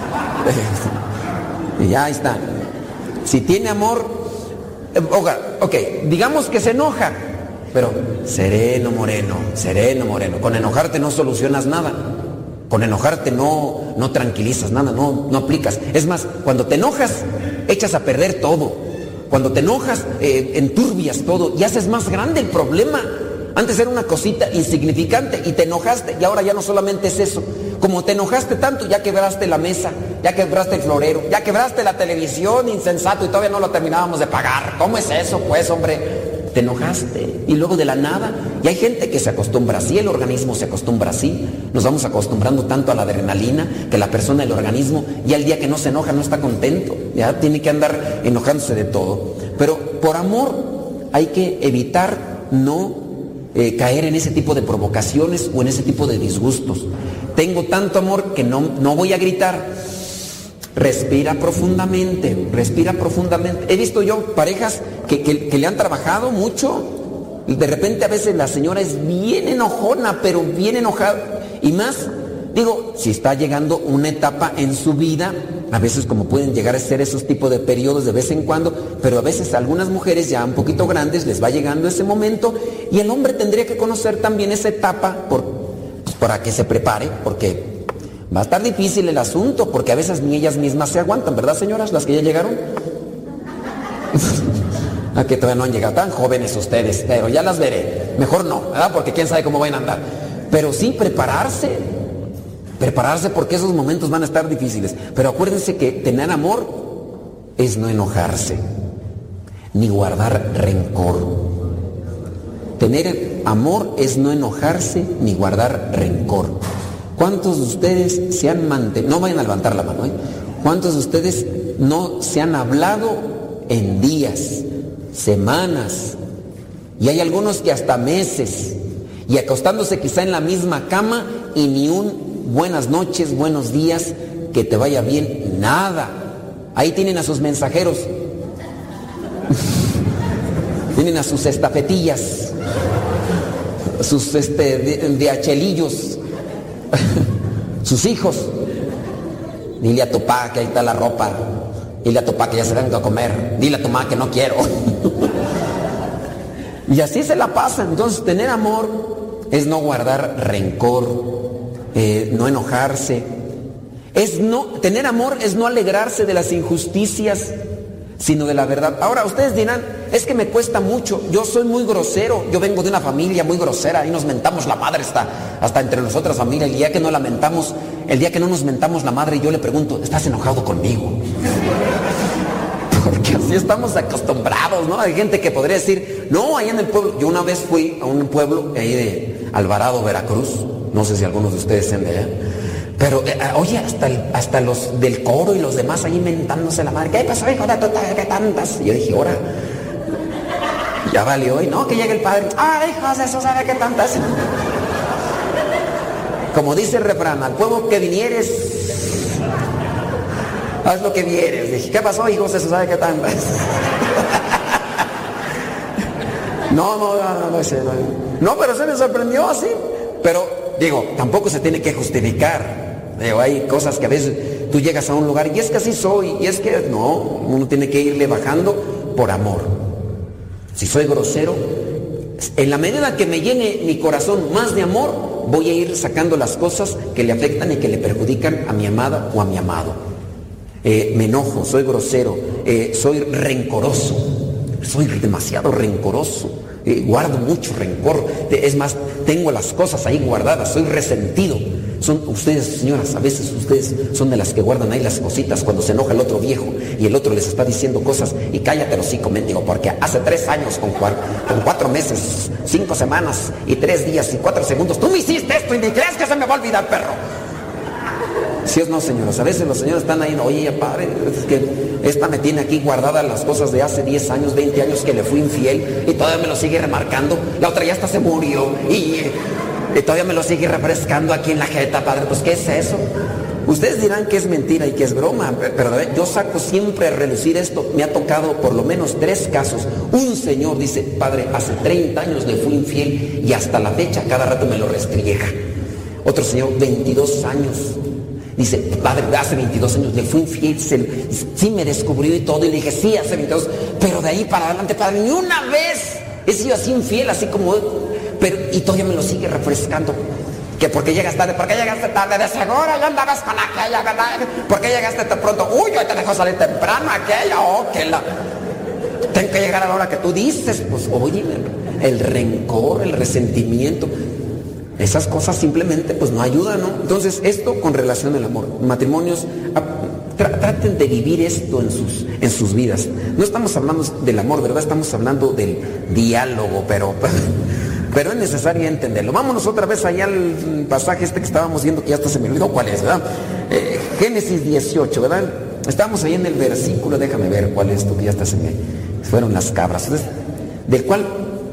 Y ya ahí está. Si tiene amor, oiga, ok, digamos que se enoja, pero sereno, moreno, sereno, moreno. Con enojarte no solucionas nada. Con enojarte no, no tranquilizas nada, no, no aplicas. Es más, cuando te enojas, echas a perder todo. Cuando te enojas, eh, enturbias todo y haces más grande el problema. Antes era una cosita insignificante y te enojaste y ahora ya no solamente es eso. Como te enojaste tanto, ya quebraste la mesa, ya quebraste el florero, ya quebraste la televisión, insensato, y todavía no lo terminábamos de pagar. ¿Cómo es eso, pues, hombre? Te enojaste y luego de la nada. Y hay gente que se acostumbra así, el organismo se acostumbra así. Nos vamos acostumbrando tanto a la adrenalina que la persona, el organismo, ya el día que no se enoja no está contento, ya tiene que andar enojándose de todo. Pero por amor hay que evitar no eh, caer en ese tipo de provocaciones o en ese tipo de disgustos. Tengo tanto amor que no, no voy a gritar. Respira profundamente, respira profundamente. He visto yo parejas que, que, que le han trabajado mucho y de repente a veces la señora es bien enojona, pero bien enojada. Y más, digo, si está llegando una etapa en su vida, a veces como pueden llegar a ser esos tipos de periodos de vez en cuando, pero a veces a algunas mujeres ya un poquito grandes les va llegando ese momento y el hombre tendría que conocer también esa etapa por, pues, para que se prepare, porque va a estar difícil el asunto, porque a veces ni ellas mismas se aguantan, ¿verdad, señoras? Las que ya llegaron. A que todavía no han llegado, tan jóvenes ustedes, pero ya las veré. Mejor no, ¿verdad? Porque quién sabe cómo van a andar. Pero sí, prepararse. Prepararse porque esos momentos van a estar difíciles. Pero acuérdense que tener amor es no enojarse, ni guardar rencor. Tener amor es no enojarse, ni guardar rencor. ¿Cuántos de ustedes se han mantenido? No vayan a levantar la mano, ¿eh? ¿Cuántos de ustedes no se han hablado en días, semanas? Y hay algunos que hasta meses. Y acostándose quizá en la misma cama y ni un buenas noches, buenos días, que te vaya bien, nada. Ahí tienen a sus mensajeros. Tienen a sus estafetillas, sus este, de, de achelillos. Sus hijos. Dile a tu papá que ahí está la ropa. Dile a tu papá que ya se venga a comer. Dile a tu mamá que no quiero. Y así se la pasan. Entonces tener amor es no guardar rencor, eh, no enojarse. Es no, tener amor es no alegrarse de las injusticias, sino de la verdad. Ahora ustedes dirán, es que me cuesta mucho, yo soy muy grosero, yo vengo de una familia muy grosera y nos mentamos la madre hasta, hasta entre nosotras familia. El día que no la mentamos, el día que no nos mentamos la madre, yo le pregunto, ¿estás enojado conmigo? Porque así estamos acostumbrados, ¿no? Hay gente que podría decir, no, ahí en el pueblo. Yo una vez fui a un pueblo ahí de Alvarado, Veracruz, no sé si algunos de ustedes sean de allá. Pero, eh, oye, hasta, el, hasta los del coro y los demás ahí mentándose la madre. ¿Qué pasó, hijo de tuta? ¿Qué tantas? Y yo dije, ahora, ya valió. Y no, que llegue el padre. Ah, hijos, eso sabe qué tantas. Como dice el refrán, al pueblo que vinieres, haz lo que vieres. Dije, ¿qué pasó, hijo? ¿Se sabe qué tan? No, no, no, no, no, no, no, pero se me sorprendió así. Pero, digo, tampoco se tiene que justificar. Digo, hay cosas que a veces tú llegas a un lugar y es que así soy, y es que no, uno tiene que irle bajando por amor. Si soy grosero, en la medida que me llene mi corazón más de amor, voy a ir sacando las cosas que le afectan y que le perjudican a mi amada o a mi amado. Eh, me enojo, soy grosero, eh, soy rencoroso, soy demasiado rencoroso, eh, guardo mucho rencor, es más, tengo las cosas ahí guardadas, soy resentido. Son ustedes, señoras, a veces ustedes son de las que guardan ahí las cositas cuando se enoja el otro viejo y el otro les está diciendo cosas y cállate los hocico, mendigo, porque hace tres años con, cuar, con cuatro meses, cinco semanas y tres días y cuatro segundos tú me hiciste esto y ni crees que se me va a olvidar, perro. ¿Sí o no, señoras? A veces los señores están ahí, oye, ya padre, es que esta me tiene aquí guardadas las cosas de hace diez años, veinte años que le fui infiel y todavía me lo sigue remarcando, la otra ya hasta se murió y... y todavía me lo sigue refrescando aquí en la jeta, padre. Pues, ¿qué es eso? Ustedes dirán que es mentira y que es broma, pero yo saco siempre a relucir esto. Me ha tocado por lo menos tres casos. Un señor dice, padre, hace treinta años le fui infiel y hasta la fecha cada rato me lo restriega. Otro señor, veintidós años. Dice, padre, hace veintidós años le fui infiel, se, sí me descubrió y todo. Y le dije, sí, hace veintidós, pero de ahí para adelante, padre, ni una vez he sido así infiel, así como... Pero, y todavía me lo sigue refrescando. Que porque llegas tarde, ¿por qué llegaste tarde? De seguro ya andabas con aquella, ¿verdad? ¿Por qué llegaste tan pronto? Uy, hoy te dejó salir temprano aquella, oh, que la... Tengo que llegar a la hora que tú dices. Pues, oye, el rencor, el resentimiento, esas cosas simplemente, pues, no ayudan, ¿no? Entonces, esto con relación al amor. Matrimonios, tra traten de vivir esto en sus, en sus vidas. No estamos hablando del amor, ¿verdad? Estamos hablando del diálogo, pero... Pero es necesario entenderlo. Vámonos otra vez allá al pasaje este que estábamos viendo, que ya hasta se me olvidó cuál es, ¿verdad? Eh, Génesis dieciocho, ¿verdad? Estábamos ahí en el versículo, déjame ver cuál es esto, que ya hasta se me fueron las cabras. Entonces, del cual,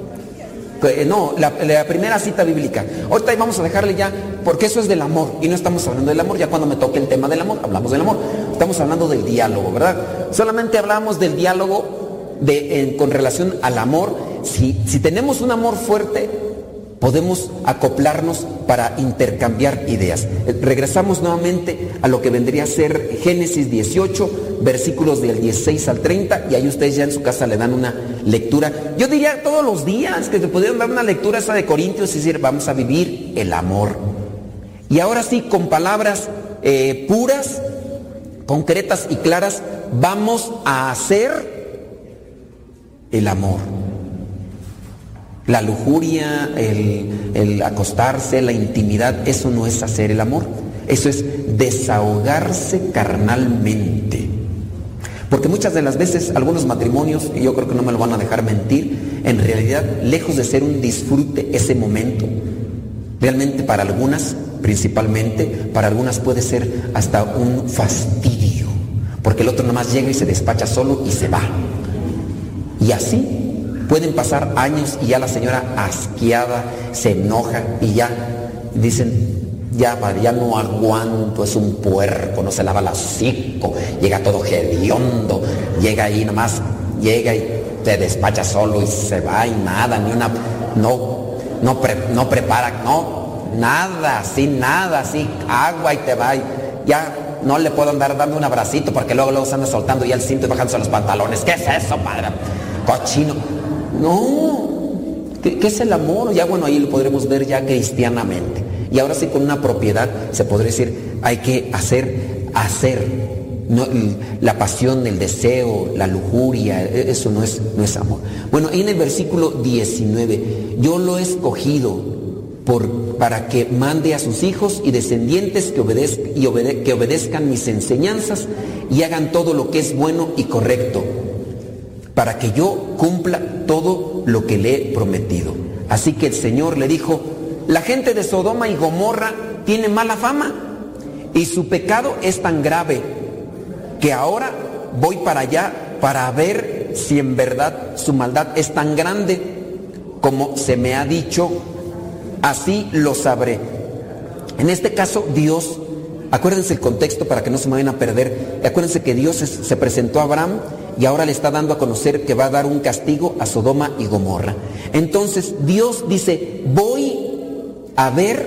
eh, no, la, la primera cita bíblica. Ahorita vamos a dejarle ya, porque eso es del amor, y no estamos hablando del amor. Ya cuando me toque el tema del amor, hablamos del amor. Estamos hablando del diálogo, ¿verdad? Solamente hablamos del diálogo de, en, con relación al amor. Si, si tenemos un amor fuerte, podemos acoplarnos para intercambiar ideas. Regresamos nuevamente a lo que vendría a ser Génesis dieciocho, versículos del dieciséis al treinta, y ahí ustedes ya en su casa le dan una lectura. Yo diría todos los días que te pudieran dar una lectura esa de Corintios y decir, vamos a vivir el amor. Y ahora sí, con palabras eh, puras, concretas y claras, vamos a hacer el amor. La lujuria, el, el acostarse, la intimidad, eso no es hacer el amor. Eso es desahogarse carnalmente. Porque muchas de las veces algunos matrimonios, y yo creo que no me lo van a dejar mentir, en realidad, lejos de ser un disfrute ese momento, realmente para algunas, principalmente, para algunas puede ser hasta un fastidio. Porque el otro nomás llega y se despacha solo y se va. Y así pueden pasar años y ya la señora asqueada se enoja y ya dicen, ya, ya no aguanto, es un puerco, no se lava el hocico, llega todo hediondo, llega ahí nomás, llega y se despacha solo y se va y nada, ni una, no, no, pre, no prepara, no, nada, así, nada, así, agua y te va y ya no le puedo andar dando un abracito porque luego luego se anda soltando ya el cinto y bajándose los pantalones. ¿Qué es eso, padre? Cochino. No, ¿qué, ¿qué es el amor? Ya bueno, ahí lo podremos ver ya cristianamente. Y ahora sí, con una propiedad se podría decir, hay que hacer, hacer, no, la pasión, el deseo, la lujuria, eso no es, no es amor. Bueno, ahí en el versículo diecinueve, yo lo he escogido por, para que mande a sus hijos y descendientes que, obedez, y obede, que obedezcan mis enseñanzas y hagan todo lo que es bueno y correcto, para que yo cumpla todo lo que le he prometido. Así que el Señor le dijo, la gente de Sodoma y Gomorra tiene mala fama y su pecado es tan grave que ahora voy para allá para ver si en verdad su maldad es tan grande como se me ha dicho, así lo sabré. En este caso, Dios Acuérdense el contexto para que no se me vayan a perder. Acuérdense que Dios es, se presentó a Abraham y ahora le está dando a conocer que va a dar un castigo a Sodoma y Gomorra. Entonces Dios dice, voy a ver,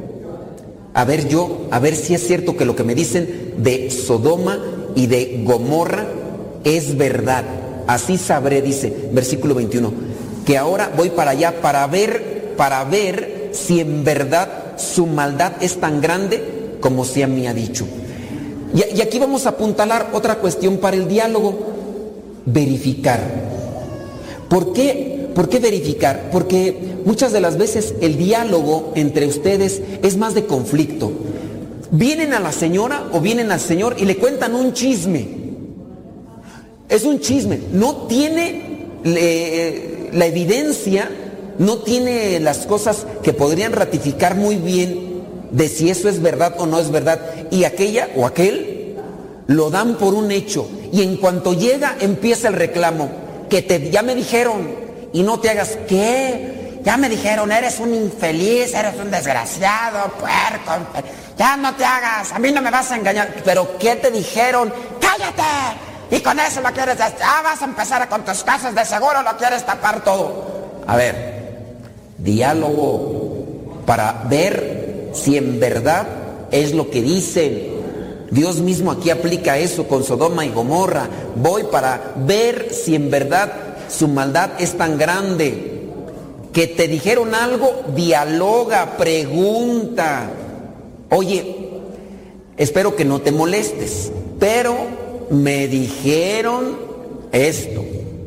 a ver yo, a ver si es cierto que lo que me dicen de Sodoma y de Gomorra es verdad. Así sabré, dice, versículo veintiuno, que ahora voy para allá para ver, para ver si en verdad su maldad es tan grande como se me ha dicho. Y, y aquí vamos a apuntalar otra cuestión para el diálogo: verificar. ¿Por qué? ¿Por qué verificar? Porque muchas de las veces el diálogo entre ustedes es más de conflicto. Vienen a la señora o vienen al señor y le cuentan un chisme. Es un chisme. No tiene le, la evidencia, no tiene las cosas que podrían ratificar muy bien de si eso es verdad o no es verdad, y aquella o aquel lo dan por un hecho, y en cuanto llega empieza el reclamo, que te, ya me dijeron, y no te hagas, ¿qué? Ya me dijeron, eres un infeliz, eres un desgraciado, puerco, ya no te hagas, a mí no me vas a engañar. Pero ¿qué te dijeron? ¡Cállate! Y con eso lo quieres, ah, vas a empezar con tus cosas, de seguro lo quieres tapar todo. A ver, diálogo para ver si en verdad es lo que dicen. Dios mismo aquí aplica eso con Sodoma y Gomorra. Voy para ver si en verdad su maldad es tan grande. Que te dijeron algo, dialoga, pregunta. Oye, espero que no te molestes, pero me dijeron esto.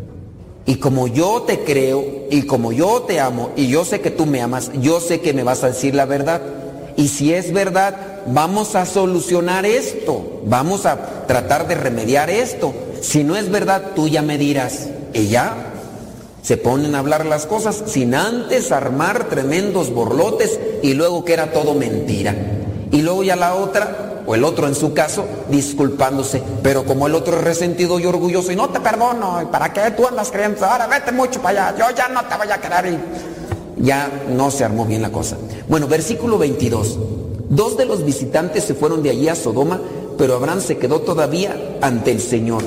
Y como yo te creo, y como yo te amo, y yo sé que tú me amas, yo sé que me vas a decir la verdad. Y si es verdad, vamos a solucionar esto, vamos a tratar de remediar esto. Si no es verdad, tú ya me dirás. Y ya se ponen a hablar las cosas sin antes armar tremendos borlotes y luego que era todo mentira. Y luego ya la otra, o el otro en su caso, disculpándose. Pero como el otro es resentido y orgulloso, y no te perdono, ¿y para qué tú andas creyendo? Ahora vete mucho para allá, yo ya no te voy a querer. Y ya no se armó bien la cosa. Bueno, versículo veintidós. Dos de los visitantes se fueron de allí a Sodoma, pero Abraham se quedó todavía ante el Señor.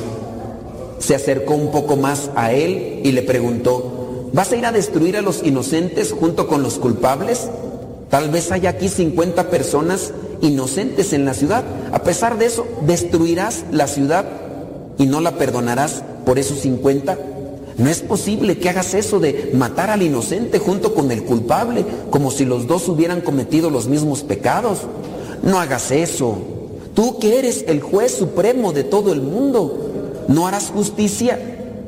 Se acercó un poco más a él y le preguntó, ¿vas a ir a destruir a los inocentes junto con los culpables? Tal vez haya aquí cincuenta personas inocentes en la ciudad. A pesar de eso, ¿destruirás la ciudad y no la perdonarás por esos cincuenta? No es posible que hagas eso de matar al inocente junto con el culpable, como si los dos hubieran cometido los mismos pecados. No hagas eso. Tú que eres el juez supremo de todo el mundo, ¿no harás justicia?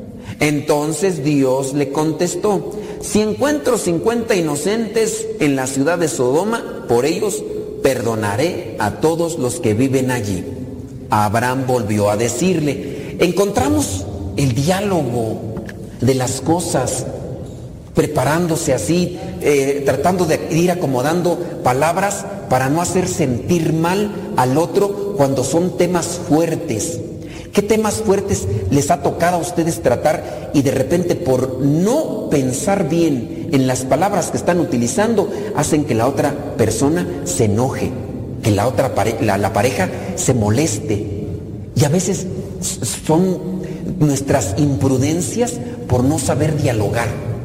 Entonces Dios le contestó, si encuentro cincuenta inocentes en la ciudad de Sodoma, por ellos perdonaré a todos los que viven allí. Abraham volvió a decirle, encontramos el diálogo de las cosas, preparándose así, eh, tratando de ir acomodando palabras para no hacer sentir mal al otro cuando son temas fuertes. ¿Qué temas fuertes les ha tocado a ustedes tratar y de repente por no pensar bien en las palabras que están utilizando hacen que la otra persona se enoje, que la otra pare- la, la pareja se moleste? Y a veces son nuestras imprudencias por no saber dialogar.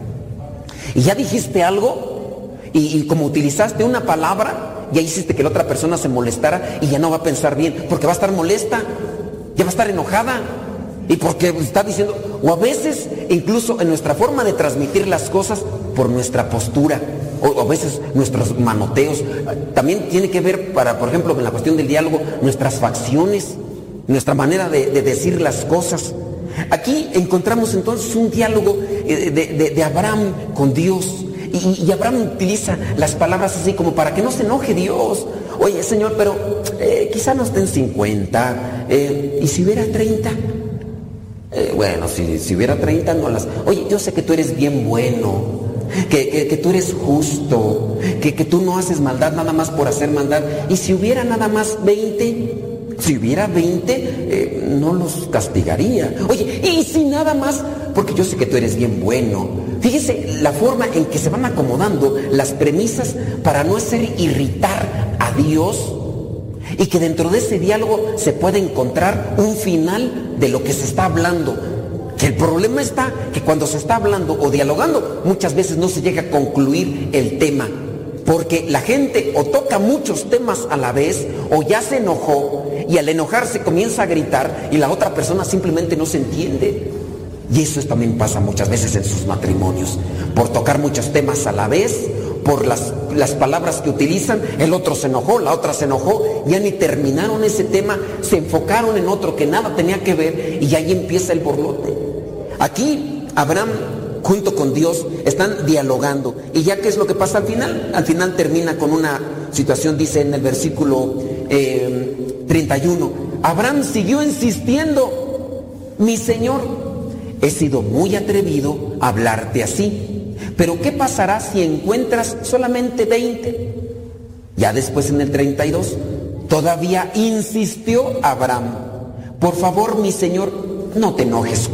Y ya dijiste algo y, y como utilizaste una palabra, ya hiciste que la otra persona se molestara y ya no va a pensar bien, porque va a estar molesta, ya va a estar enojada, y porque está diciendo, o a veces incluso en nuestra forma de transmitir las cosas por nuestra postura, o, o a veces nuestros manoteos. También tiene que ver, para, por ejemplo, en la cuestión del diálogo, nuestras facciones, nuestra manera de, de decir las cosas. Aquí encontramos entonces un diálogo de, de, de Abraham con Dios. Y, y Abraham utiliza las palabras así como para que no se enoje Dios. Oye, Señor, pero eh, quizá no estén cincuenta. Eh, ¿Y si hubiera treinta? Eh, bueno, si, si hubiera treinta, no las... Oye, yo sé que tú eres bien bueno, que, que, que tú eres justo, que, que tú no haces maldad nada más por hacer maldad. ¿Y si hubiera nada más veinte? Si hubiera veinte, eh, no los castigaría. Oye, ¿y si nada más? Porque yo sé que tú eres bien bueno. Fíjese la forma en que se van acomodando las premisas para no hacer irritar a Dios, y que dentro de ese diálogo se puede encontrar un final de lo que se está hablando. Que el problema está que cuando se está hablando o dialogando, muchas veces no se llega a concluir el tema, porque la gente o toca muchos temas a la vez, o ya se enojó, y al enojarse comienza a gritar, y la otra persona simplemente no se entiende. Y eso también pasa muchas veces en sus matrimonios, por tocar muchos temas a la vez, por las, las palabras que utilizan. El otro se enojó, la otra se enojó, ya ni terminaron ese tema, se enfocaron en otro que nada tenía que ver, y ahí empieza el borlote. Aquí Abraham junto con Dios están dialogando, y ya ¿qué es lo que pasa al final? Al final termina con una situación, dice en el versículo eh, treinta y uno, Abraham siguió insistiendo: mi Señor, he sido muy atrevido a hablarte así, pero ¿qué pasará si encuentras solamente veinte? Ya después en el treinta y dos, todavía insistió Abraham: por favor, mi Señor, no te enojes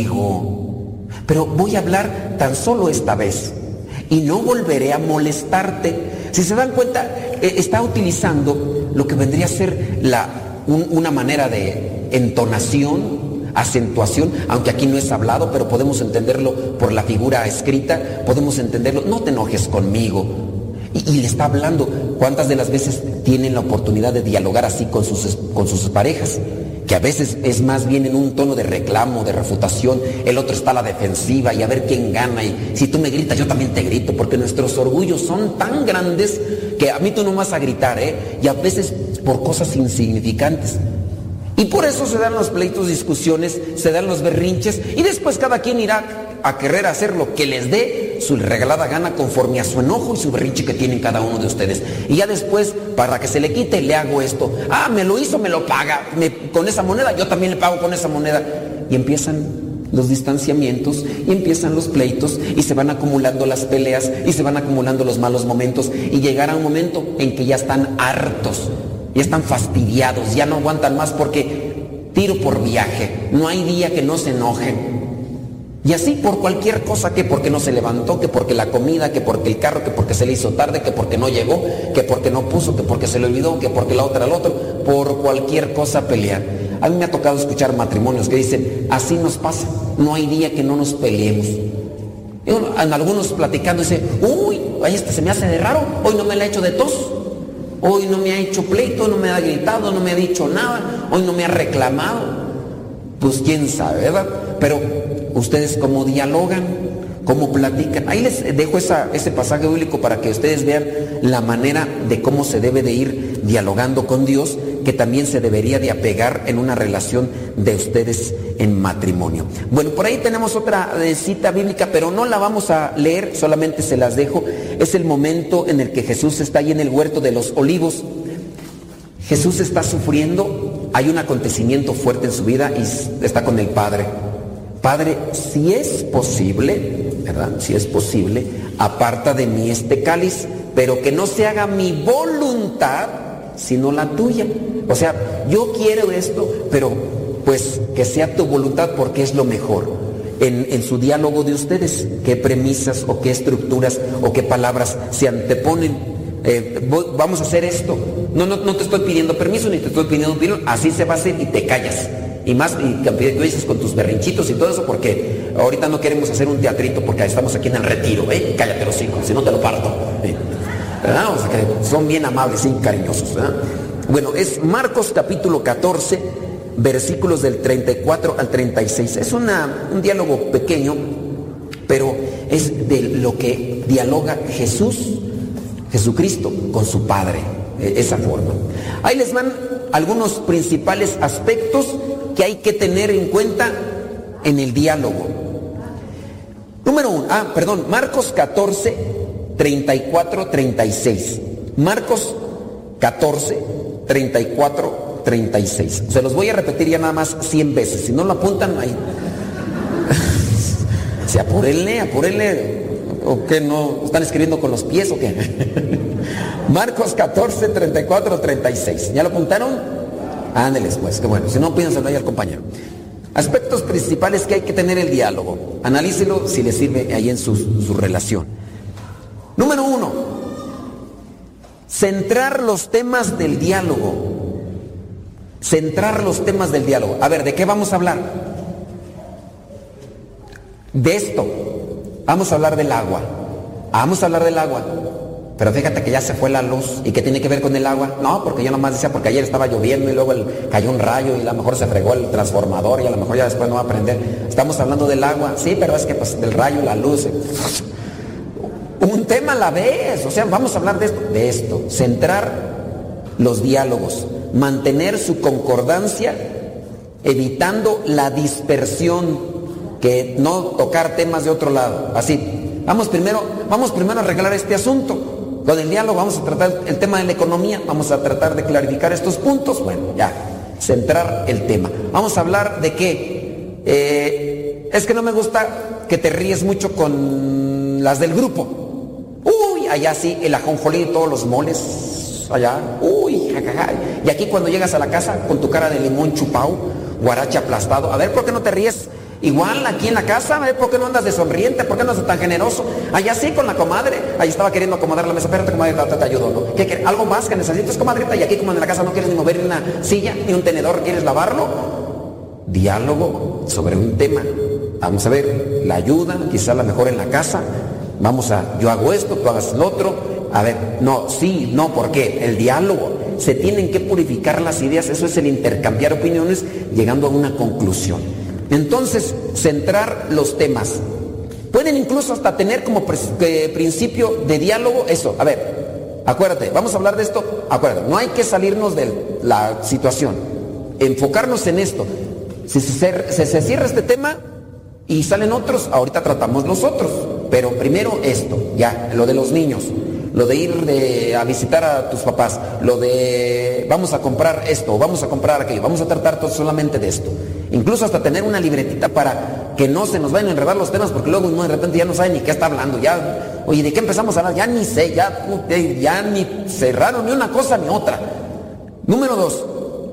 conmigo, pero voy a hablar tan solo esta vez y no volveré a molestarte. Si se dan cuenta, eh, está utilizando lo que vendría a ser la, un, una manera de entonación, acentuación, aunque aquí no es hablado, pero podemos entenderlo por la figura escrita, podemos entenderlo: no te enojes conmigo. Y, y le está hablando. ¿Cuántas de las veces tienen la oportunidad de dialogar así con sus, con sus parejas? Que a veces es más bien en un tono de reclamo, de refutación, el otro está a la defensiva y a ver quién gana, y si tú me gritas yo también te grito, porque nuestros orgullos son tan grandes que a mí tú no vas a gritar, ¿eh? Y a veces por cosas insignificantes. Y por eso se dan los pleitos, discusiones, se dan los berrinches, y después cada quien irá a querer hacer lo que les dé su regalada gana conforme a su enojo y su berrinche que tienen cada uno de ustedes. Y ya después, para que se le quite, le hago esto. Ah, me lo hizo, me lo paga. Me, con esa moneda, yo también le pago con esa moneda. Y empiezan los distanciamientos, y empiezan los pleitos, y se van acumulando las peleas, y se van acumulando los malos momentos, y llegará un momento en que ya están hartos, ya están fastidiados, ya no aguantan más, porque tiro por viaje, no hay día que no se enojen. Y así por cualquier cosa, que porque no se levantó, que porque la comida, que porque el carro, que porque se le hizo tarde, que porque no llegó, que porque no puso, que porque se le olvidó, que porque la otra al otro, por cualquier cosa pelear. A mí me ha tocado escuchar matrimonios que dicen: así nos pasa, no hay día que no nos peleemos. Y bueno, en algunos platicando dicen: uy, ay, este se me hace de raro, hoy no me la ha hecho de tos, hoy no me ha hecho pleito, no me ha gritado, no me ha dicho nada, hoy no me ha reclamado. Pues quién sabe, ¿verdad? Pero ustedes cómo dialogan, cómo platican. Ahí les dejo esa, ese pasaje bíblico para que ustedes vean la manera de cómo se debe de ir dialogando con Dios, que también se debería de apegar en una relación de ustedes en matrimonio. Bueno, por ahí tenemos otra cita bíblica, pero no la vamos a leer, solamente se las dejo. Es el momento en el que Jesús está ahí en el huerto de los olivos. Jesús está sufriendo, hay un acontecimiento fuerte en su vida y está con el Padre. Padre, si es posible, ¿verdad? Si es posible, aparta de mí este cáliz, pero que no se haga mi voluntad, sino la tuya. O sea, yo quiero esto, pero pues que sea tu voluntad, porque es lo mejor. En, en su diálogo de ustedes, ¿qué premisas o qué estructuras o qué palabras se anteponen? Eh, vamos a hacer esto. No, no, no te estoy pidiendo permiso, ni te estoy pidiendo opinión. Así se va a hacer y te callas. Y más, y que dices con tus berrinchitos y todo eso, porque ahorita no queremos hacer un teatrito, porque estamos aquí en el retiro, ¿eh? Cállate los hijos, si no te lo parto. ¿Eh? ¿Verdad? O sea que son bien amables y cariñosos, ¿verdad? Bueno, es Marcos capítulo catorce, versículos del treinta y cuatro al treinta y seis. Es una, un diálogo pequeño, pero es de lo que dialoga Jesús, Jesucristo, con su Padre, esa forma. Ahí les van algunos principales aspectos que hay que tener en cuenta en el diálogo. Número uno, ah, perdón, Marcos catorce, treinta y cuatro, treinta y seis. Marcos catorce, treinta y cuatro, treinta y seis. Se los voy a repetir ya nada más cien veces. Si no lo apuntan, ahí. Si apúrenle, apúrenle. ¿O qué no? ¿Están escribiendo con los pies o qué? Marcos catorce, treinta y cuatro, treinta y seis. ¿Ya lo apuntaron? Ándeles pues, que bueno, si no pídanselo ahí al compañero. Aspectos principales que hay que tener el diálogo. Analícelo si le sirve ahí en su, su relación. Número uno, centrar los temas del diálogo. centrar los temas del diálogo. A ver, ¿de qué vamos a hablar? De esto. Vamos a hablar del agua. Vamos a hablar del agua. Pero fíjate que ya se fue la luz. ¿Y qué tiene que ver con el agua? No, porque yo nomás decía, porque ayer estaba lloviendo y luego el, cayó un rayo y a lo mejor se fregó el transformador y a lo mejor ya después no va a prender. Estamos hablando del agua. Sí, pero es que pues del rayo, la luz. Un tema a la vez. O sea, vamos a hablar de esto. De esto. Centrar los diálogos. Mantener su concordancia, evitando la dispersión, que no tocar temas de otro lado. Así. Vamos primero, vamos primero a arreglar este asunto. Con el diálogo vamos a tratar el tema de la economía, vamos a tratar de clarificar estos puntos. Bueno, ya, centrar el tema. Vamos a hablar de que eh, es que no me gusta que te ríes mucho con las del grupo. Uy, allá sí, el ajonjolí y todos los moles. Allá, uy, jajaja. Y aquí cuando llegas a la casa con tu cara de limón chupao, guarache aplastado, a ver, ¿por qué no te ríes? Igual aquí en la casa, a ver, ¿por qué no andas de sonriente? ¿Por qué no andas tan generoso? Allá sí, con la comadre. Ahí estaba queriendo acomodar la mesa. Espérate, comadre, te, te ayudo, ¿no? ¿Qué, qué, ¿Algo más que necesites, comadrita? Y aquí como en la casa no quieres ni mover una silla, ni un tenedor, ¿quieres lavarlo? Diálogo sobre un tema. Vamos a ver, la ayuda, quizá la mejor en la casa. Vamos a, yo hago esto, tú hagas lo otro. A ver, no, sí, no, ¿por qué? El diálogo. Se tienen que purificar las ideas. Eso es el intercambiar opiniones llegando a una conclusión. Entonces, centrar los temas. Pueden incluso hasta tener como principio de diálogo eso. A ver, acuérdate, vamos a hablar de esto. Acuérdate, no hay que salirnos de la situación. Enfocarnos en esto. Si se, se, se cierra este tema y salen otros, ahorita tratamos los otros. Pero primero esto, ya, lo de los niños. Lo de ir de, a visitar a tus papás. Lo de vamos a comprar esto, vamos a comprar aquello. Vamos a tratar todo solamente de esto. Incluso hasta tener una libretita para que no se nos vayan a enredar los temas, porque luego uno de repente ya no sabe ni qué está hablando. Ya, oye, ¿de qué empezamos a hablar? Ya ni sé, ya, ya ni cerraron ni una cosa ni otra. Número dos,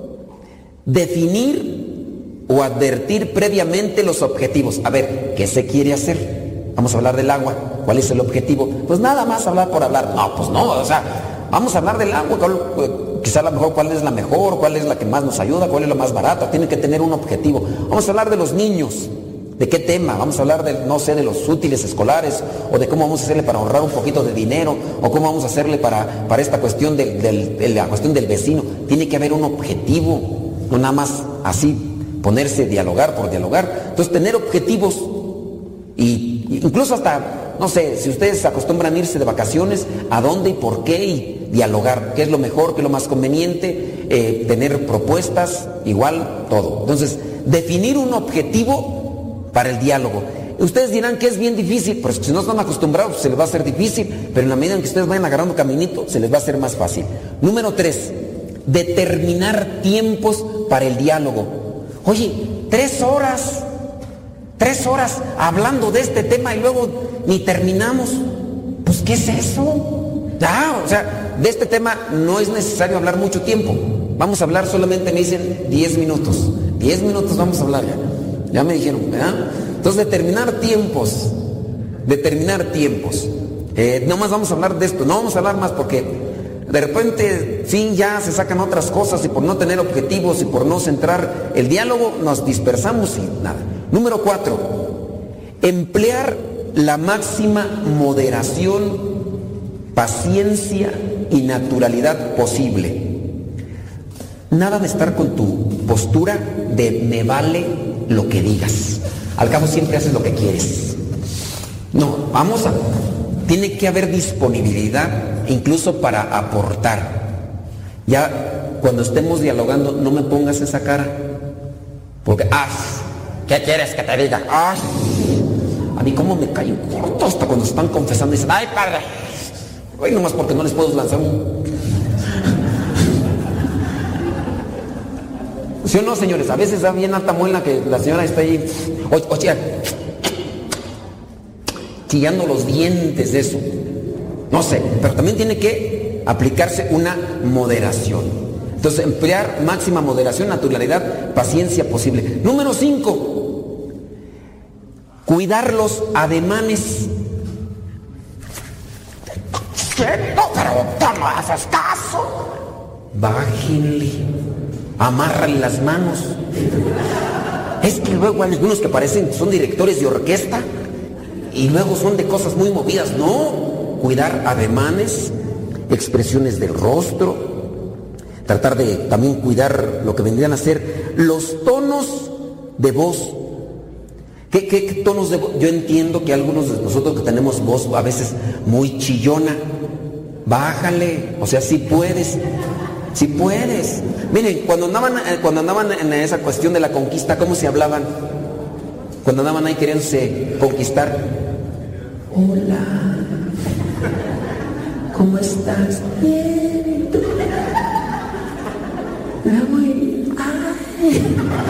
definir o advertir previamente los objetivos. A ver, ¿qué se quiere hacer? Vamos a hablar del agua. ¿Cuál es el objetivo? Pues nada más hablar por hablar. No, pues no, o sea, vamos a hablar del agua. Quizá a lo mejor cuál es la mejor, cuál es la que más nos ayuda, cuál es la más barata. Tiene que tener un objetivo. Vamos a hablar de los niños. ¿De qué tema? Vamos a hablar de, no sé, de los útiles escolares, o de cómo vamos a hacerle para ahorrar un poquito de dinero, o cómo vamos a hacerle para, para esta cuestión del, del, de la cuestión del vecino. Tiene que haber un objetivo, no nada más así ponerse a dialogar por dialogar. Entonces, tener objetivos. Y incluso hasta, no sé, si ustedes acostumbran a irse de vacaciones, ¿a dónde y por qué? Y dialogar, ¿qué es lo mejor, qué es lo más conveniente? Eh, tener propuestas, igual, todo. Entonces, definir un objetivo para el diálogo. Ustedes dirán que es bien difícil, pero si no están acostumbrados, se les va a hacer difícil, pero en la medida en que ustedes vayan agarrando caminito, se les va a hacer más fácil. Número tres, determinar tiempos para el diálogo. Oye, tres horas... Tres horas hablando de este tema y luego ni terminamos. Pues, ¿qué es eso? Ya, o sea, de este tema no es necesario hablar mucho tiempo. Vamos a hablar solamente, me dicen, diez minutos. Diez minutos vamos a hablar ya. Ya me dijeron, ¿verdad? Entonces, determinar tiempos. Determinar tiempos. Eh, no más vamos a hablar de esto. No vamos a hablar más porque de repente, fin, ya se sacan otras cosas y por no tener objetivos y por no centrar el diálogo, nos dispersamos y nada. Número cuatro, emplear la máxima moderación, paciencia y naturalidad posible. Nada de estar con tu postura de me vale lo que digas. Al cabo siempre haces lo que quieres. No, vamos a... Tiene que haber disponibilidad incluso para aportar. Ya cuando estemos dialogando, no me pongas esa cara. Porque, ah, ¿qué quieres que te diga? Ah, a mí cómo me caen corto hasta cuando están confesando y dicen, ay, padre. Ay, nomás porque no les puedo lanzar un... ¿Sí o no, señores? A veces da bien alta muela que la señora está ahí, oye, oye, chillando los dientes de eso. No sé, pero también tiene que aplicarse una moderación. Entonces, emplear máxima moderación, naturalidad, paciencia posible. Número cinco, cuidar los ademanes. No, pero no haces caso. bájenle, amárrale las manos. Es que luego hay algunos que parecen que son directores de orquesta y luego son de cosas muy movidas. No, cuidar ademanes, expresiones del rostro, tratar de también cuidar lo que vendrían a ser los tonos de voz. ¿Qué, qué, qué tonos de voz? Yo entiendo que algunos de nosotros que tenemos voz a veces muy chillona, bájale, o sea, si puedes, si puedes. Miren, cuando andaban, cuando andaban en esa cuestión de la conquista, ¿cómo se hablaban? Cuando andaban ahí queriéndose conquistar. Hola, ¿cómo estás? Bien. Muy... Ay.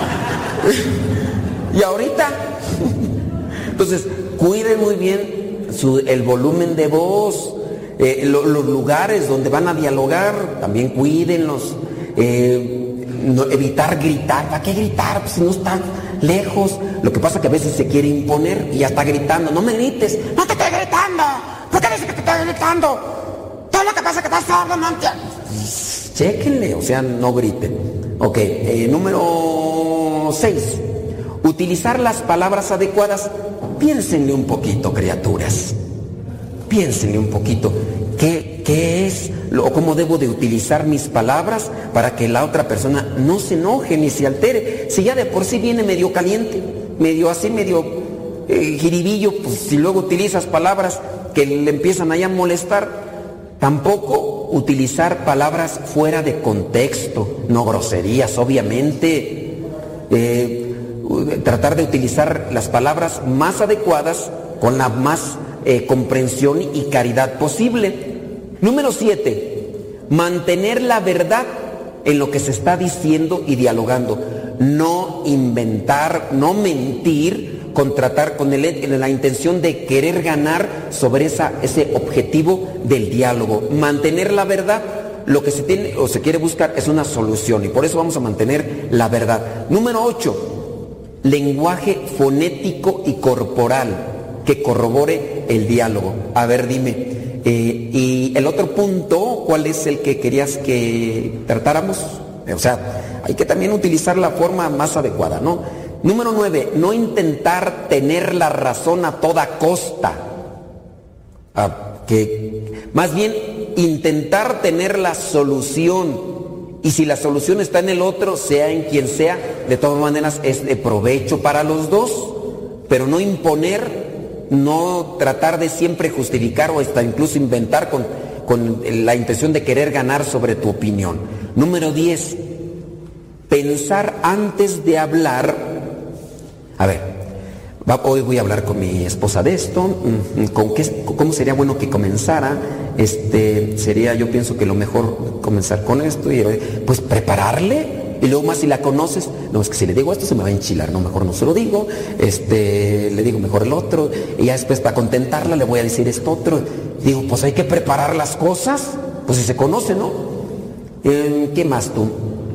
Y ahorita, entonces, cuiden muy bien su, el volumen de voz, eh, lo, los lugares donde van a dialogar, también cuídenlos. Eh, no, evitar gritar. ¿Para qué gritar? Pues si no está lejos. Lo que pasa es que a veces se quiere imponer y ya está gritando. No me grites. No te estoy gritando. ¿Por qué dices que te estoy gritando? Todo lo que pasa es que estás sordo, no entiendes. Chéquenle, o sea, no griten. Ok, eh, número seis. Utilizar las palabras adecuadas. Piénsenle un poquito, criaturas. Piénsenle un poquito. ¿Qué, qué es o cómo debo de utilizar mis palabras para que la otra persona no se enoje ni se altere? Si ya de por sí viene medio caliente, medio así, medio eh, jiribillo, pues si luego utilizas palabras que le empiezan ahí a molestar. Tampoco utilizar palabras fuera de contexto, no groserías, obviamente. Eh, tratar de utilizar las palabras más adecuadas con la más eh, comprensión y caridad posible. Número siete, mantener la verdad en lo que se está diciendo y dialogando. No inventar, no mentir, con tratar con el, la intención de querer ganar sobre esa, ese objetivo del diálogo. Mantener la verdad, lo que se tiene o se quiere buscar es una solución y por eso vamos a mantener la verdad. Número ocho, lenguaje fonético y corporal que corrobore el diálogo. A ver, dime. Eh, y el otro punto, ¿cuál es el que querías que tratáramos? O sea, hay que también utilizar la forma más adecuada, ¿no? Número nueve, no intentar tener la razón a toda costa. Ah, que más bien intentar tener la solución. Y si la solución está en el otro, sea en quien sea, de todas maneras es de provecho para los dos. Pero no imponer, no tratar de siempre justificar o hasta incluso inventar con, con la intención de querer ganar sobre tu opinión. Número diez, pensar antes de hablar. A ver, va, hoy voy a hablar con mi esposa de esto. ¿Con qué, cómo sería bueno que comenzara? Este, sería, yo pienso que lo mejor comenzar con esto y pues prepararle. Y luego más si la conoces, no, es que si le digo esto se me va a enchilar, no, mejor no se lo digo, este, le digo mejor el otro, y ya después para contentarla le voy a decir esto otro. Digo, pues hay que preparar las cosas, pues si se conoce, ¿no? Eh, ¿Qué más tú?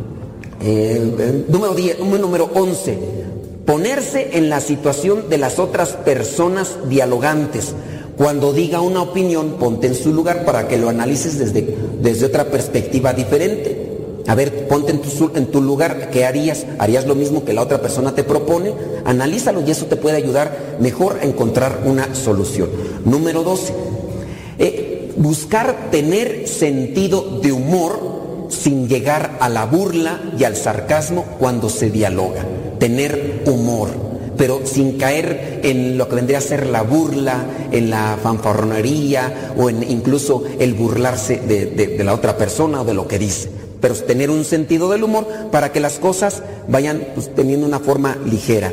Eh, eh, número diez, número once, ponerse en la situación de las otras personas dialogantes. Cuando diga una opinión, ponte en su lugar para que lo analices desde, desde otra perspectiva diferente. A ver, ponte en tu, en tu lugar, ¿qué harías? ¿Harías lo mismo que la otra persona te propone? Analízalo y eso te puede ayudar mejor a encontrar una solución. Número doce, eh, buscar tener sentido de humor sin llegar a la burla y al sarcasmo cuando se dialoga. Tener humor, pero sin caer en lo que vendría a ser la burla, en la fanfarronería o en incluso el burlarse de, de, de la otra persona o de lo que dice. Pero tener un sentido del humor para que las cosas vayan pues, teniendo una forma ligera.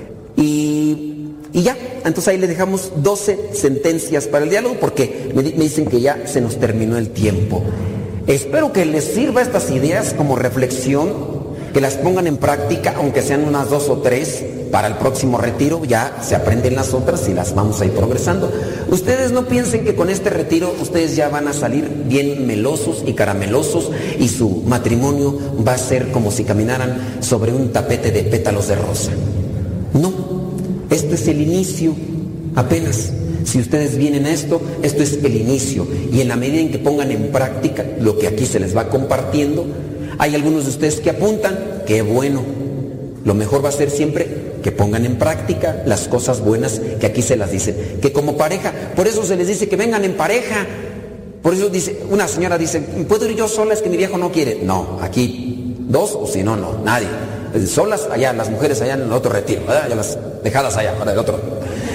Y, y ya, entonces ahí le dejamos doce sentencias para el diálogo porque me, me dicen que ya se nos terminó el tiempo. Espero que les sirva estas ideas como reflexión, que las pongan en práctica, aunque sean unas dos o tres, para el próximo retiro ya se aprenden las otras y las vamos a ir progresando. Ustedes no piensen que con este retiro ustedes ya van a salir bien melosos y caramelosos y su matrimonio va a ser como si caminaran sobre un tapete de pétalos de rosa. No, este es el inicio, apenas. Si ustedes vienen a esto, esto es el inicio. Y en la medida en que pongan en práctica lo que aquí se les va compartiendo, hay algunos de ustedes que apuntan, qué bueno. Lo mejor va a ser siempre que pongan en práctica las cosas buenas que aquí se las dice. Que como pareja, por eso se les dice que vengan en pareja. Por eso dice, una señora dice, ¿puedo ir yo sola? Es que mi viejo no quiere. No, aquí dos o si no, no, nadie. Solas allá, las mujeres allá en el otro retiro, ¿verdad? Ya las dejadas allá, para el otro.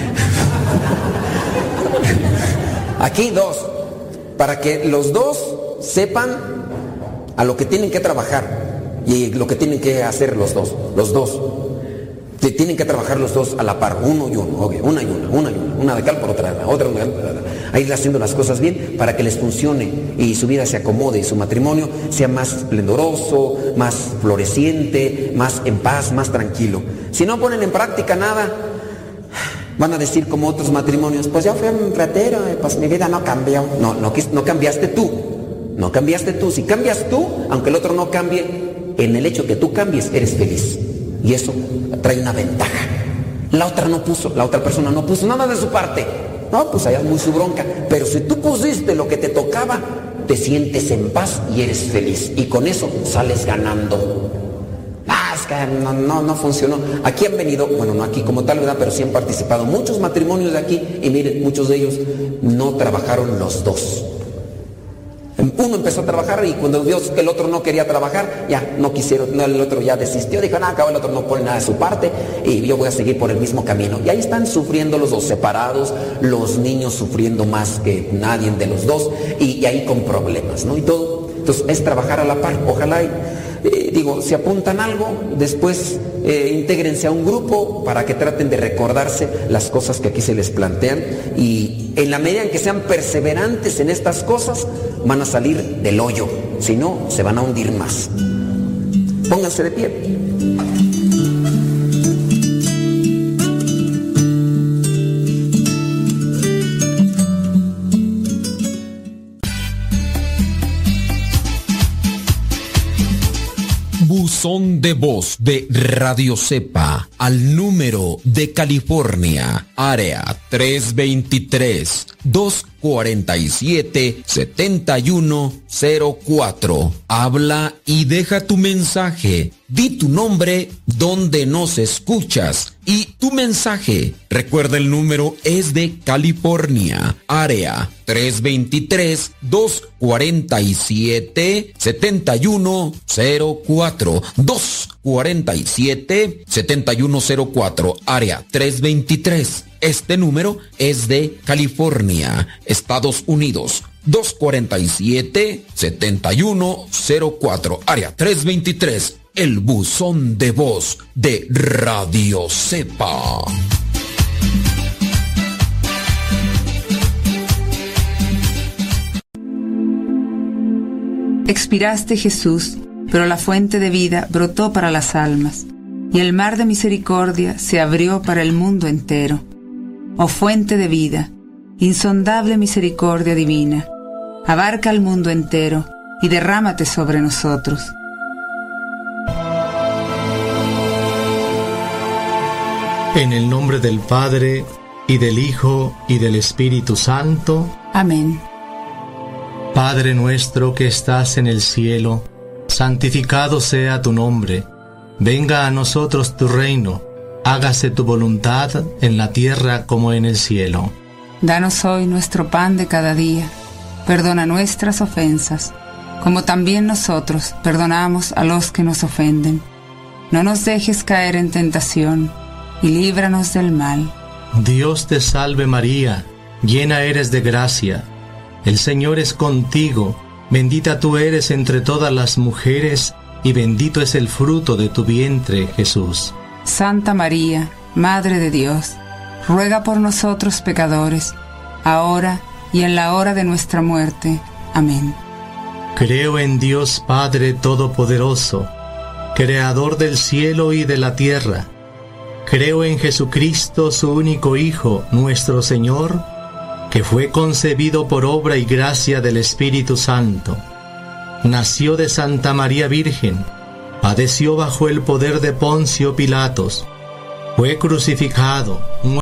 Aquí dos, para que los dos sepan a lo que tienen que trabajar y lo que tienen que hacer los dos, los dos. Tienen que trabajar los dos a la par, uno y uno, okay, una y una, una y una, una de cal por otra, otra, una, a ir haciendo las cosas bien para que les funcione y su vida se acomode y su matrimonio sea más esplendoroso, más floreciente, más en paz, más tranquilo. Si no ponen en práctica nada, van a decir como otros matrimonios, pues yo fui un ratero, pues mi vida no cambió. No, no, no cambiaste tú, no cambiaste tú. Si cambias tú, aunque el otro no cambie, en el hecho que tú cambies, eres feliz. Y eso trae una ventaja. La otra no puso, la otra persona no puso nada de su parte. No, pues allá es muy su bronca. Pero si tú pusiste lo que te tocaba, te sientes en paz y eres feliz. Y con eso sales ganando. Ah, es que no, no, no funcionó. Aquí han venido, bueno, no aquí como tal, ¿verdad? Pero sí han participado muchos matrimonios de aquí. Y miren, muchos de ellos no trabajaron los dos. Uno empezó a trabajar y cuando vio que el otro no quería trabajar, ya no quisieron, no, el otro ya desistió, dijo, no, acabo, el otro no pone nada de su parte y yo voy a seguir por el mismo camino. Y ahí están sufriendo los dos separados, los niños sufriendo más que nadie de los dos y, y ahí con problemas, ¿no? Y todo. Entonces es trabajar a la par, ojalá y, eh, digo, si apuntan algo, después eh, intégrense a un grupo para que traten de recordarse las cosas que aquí se les plantean y en la medida en que sean perseverantes en estas cosas, van a salir del hoyo, si no, se van a hundir más. Pónganse de pie. Buzón de voz de Radio Cepa al número de California, área tres dos tres, dos cuatro siete, siete uno cero cuatro. Habla y deja tu mensaje. Di tu nombre, donde nos escuchas y tu mensaje. Recuerda, el número es de California, área tres dos tres, dos cuatro siete, siete uno cero cuatro. dos cuatro siete, siete uno cero cuatro, área tres dos tres. Este número es de California, Estados Unidos. dos cuatro siete, siete uno cero cuatro, área tres dos tres. El buzón de voz de Radio Cepa. Expiraste, Jesús, pero la fuente de vida brotó para las almas, y el mar de misericordia se abrió para el mundo entero. Oh fuente de vida, insondable misericordia divina, abarca el mundo entero y derrámate sobre nosotros. En el nombre del Padre, y del Hijo, y del Espíritu Santo. Amén. Padre nuestro que estás en el cielo, santificado sea tu nombre. Venga a nosotros tu reino. Hágase tu voluntad en la tierra como en el cielo. Danos hoy nuestro pan de cada día. Perdona nuestras ofensas, como también nosotros perdonamos a los que nos ofenden. No nos dejes caer en tentación, y líbranos del mal. Dios te salve María, llena eres de gracia. El Señor es contigo, bendita tú eres entre todas las mujeres, y bendito es el fruto de tu vientre, Jesús. Santa María, Madre de Dios, ruega por nosotros pecadores, ahora y en la hora de nuestra muerte. Amén. Creo en Dios Padre Todopoderoso, Creador del cielo y de la tierra. Creo en Jesucristo, su único Hijo, nuestro Señor, que fue concebido por obra y gracia del Espíritu Santo. Nació de Santa María Virgen, padeció bajo el poder de Poncio Pilatos, fue crucificado,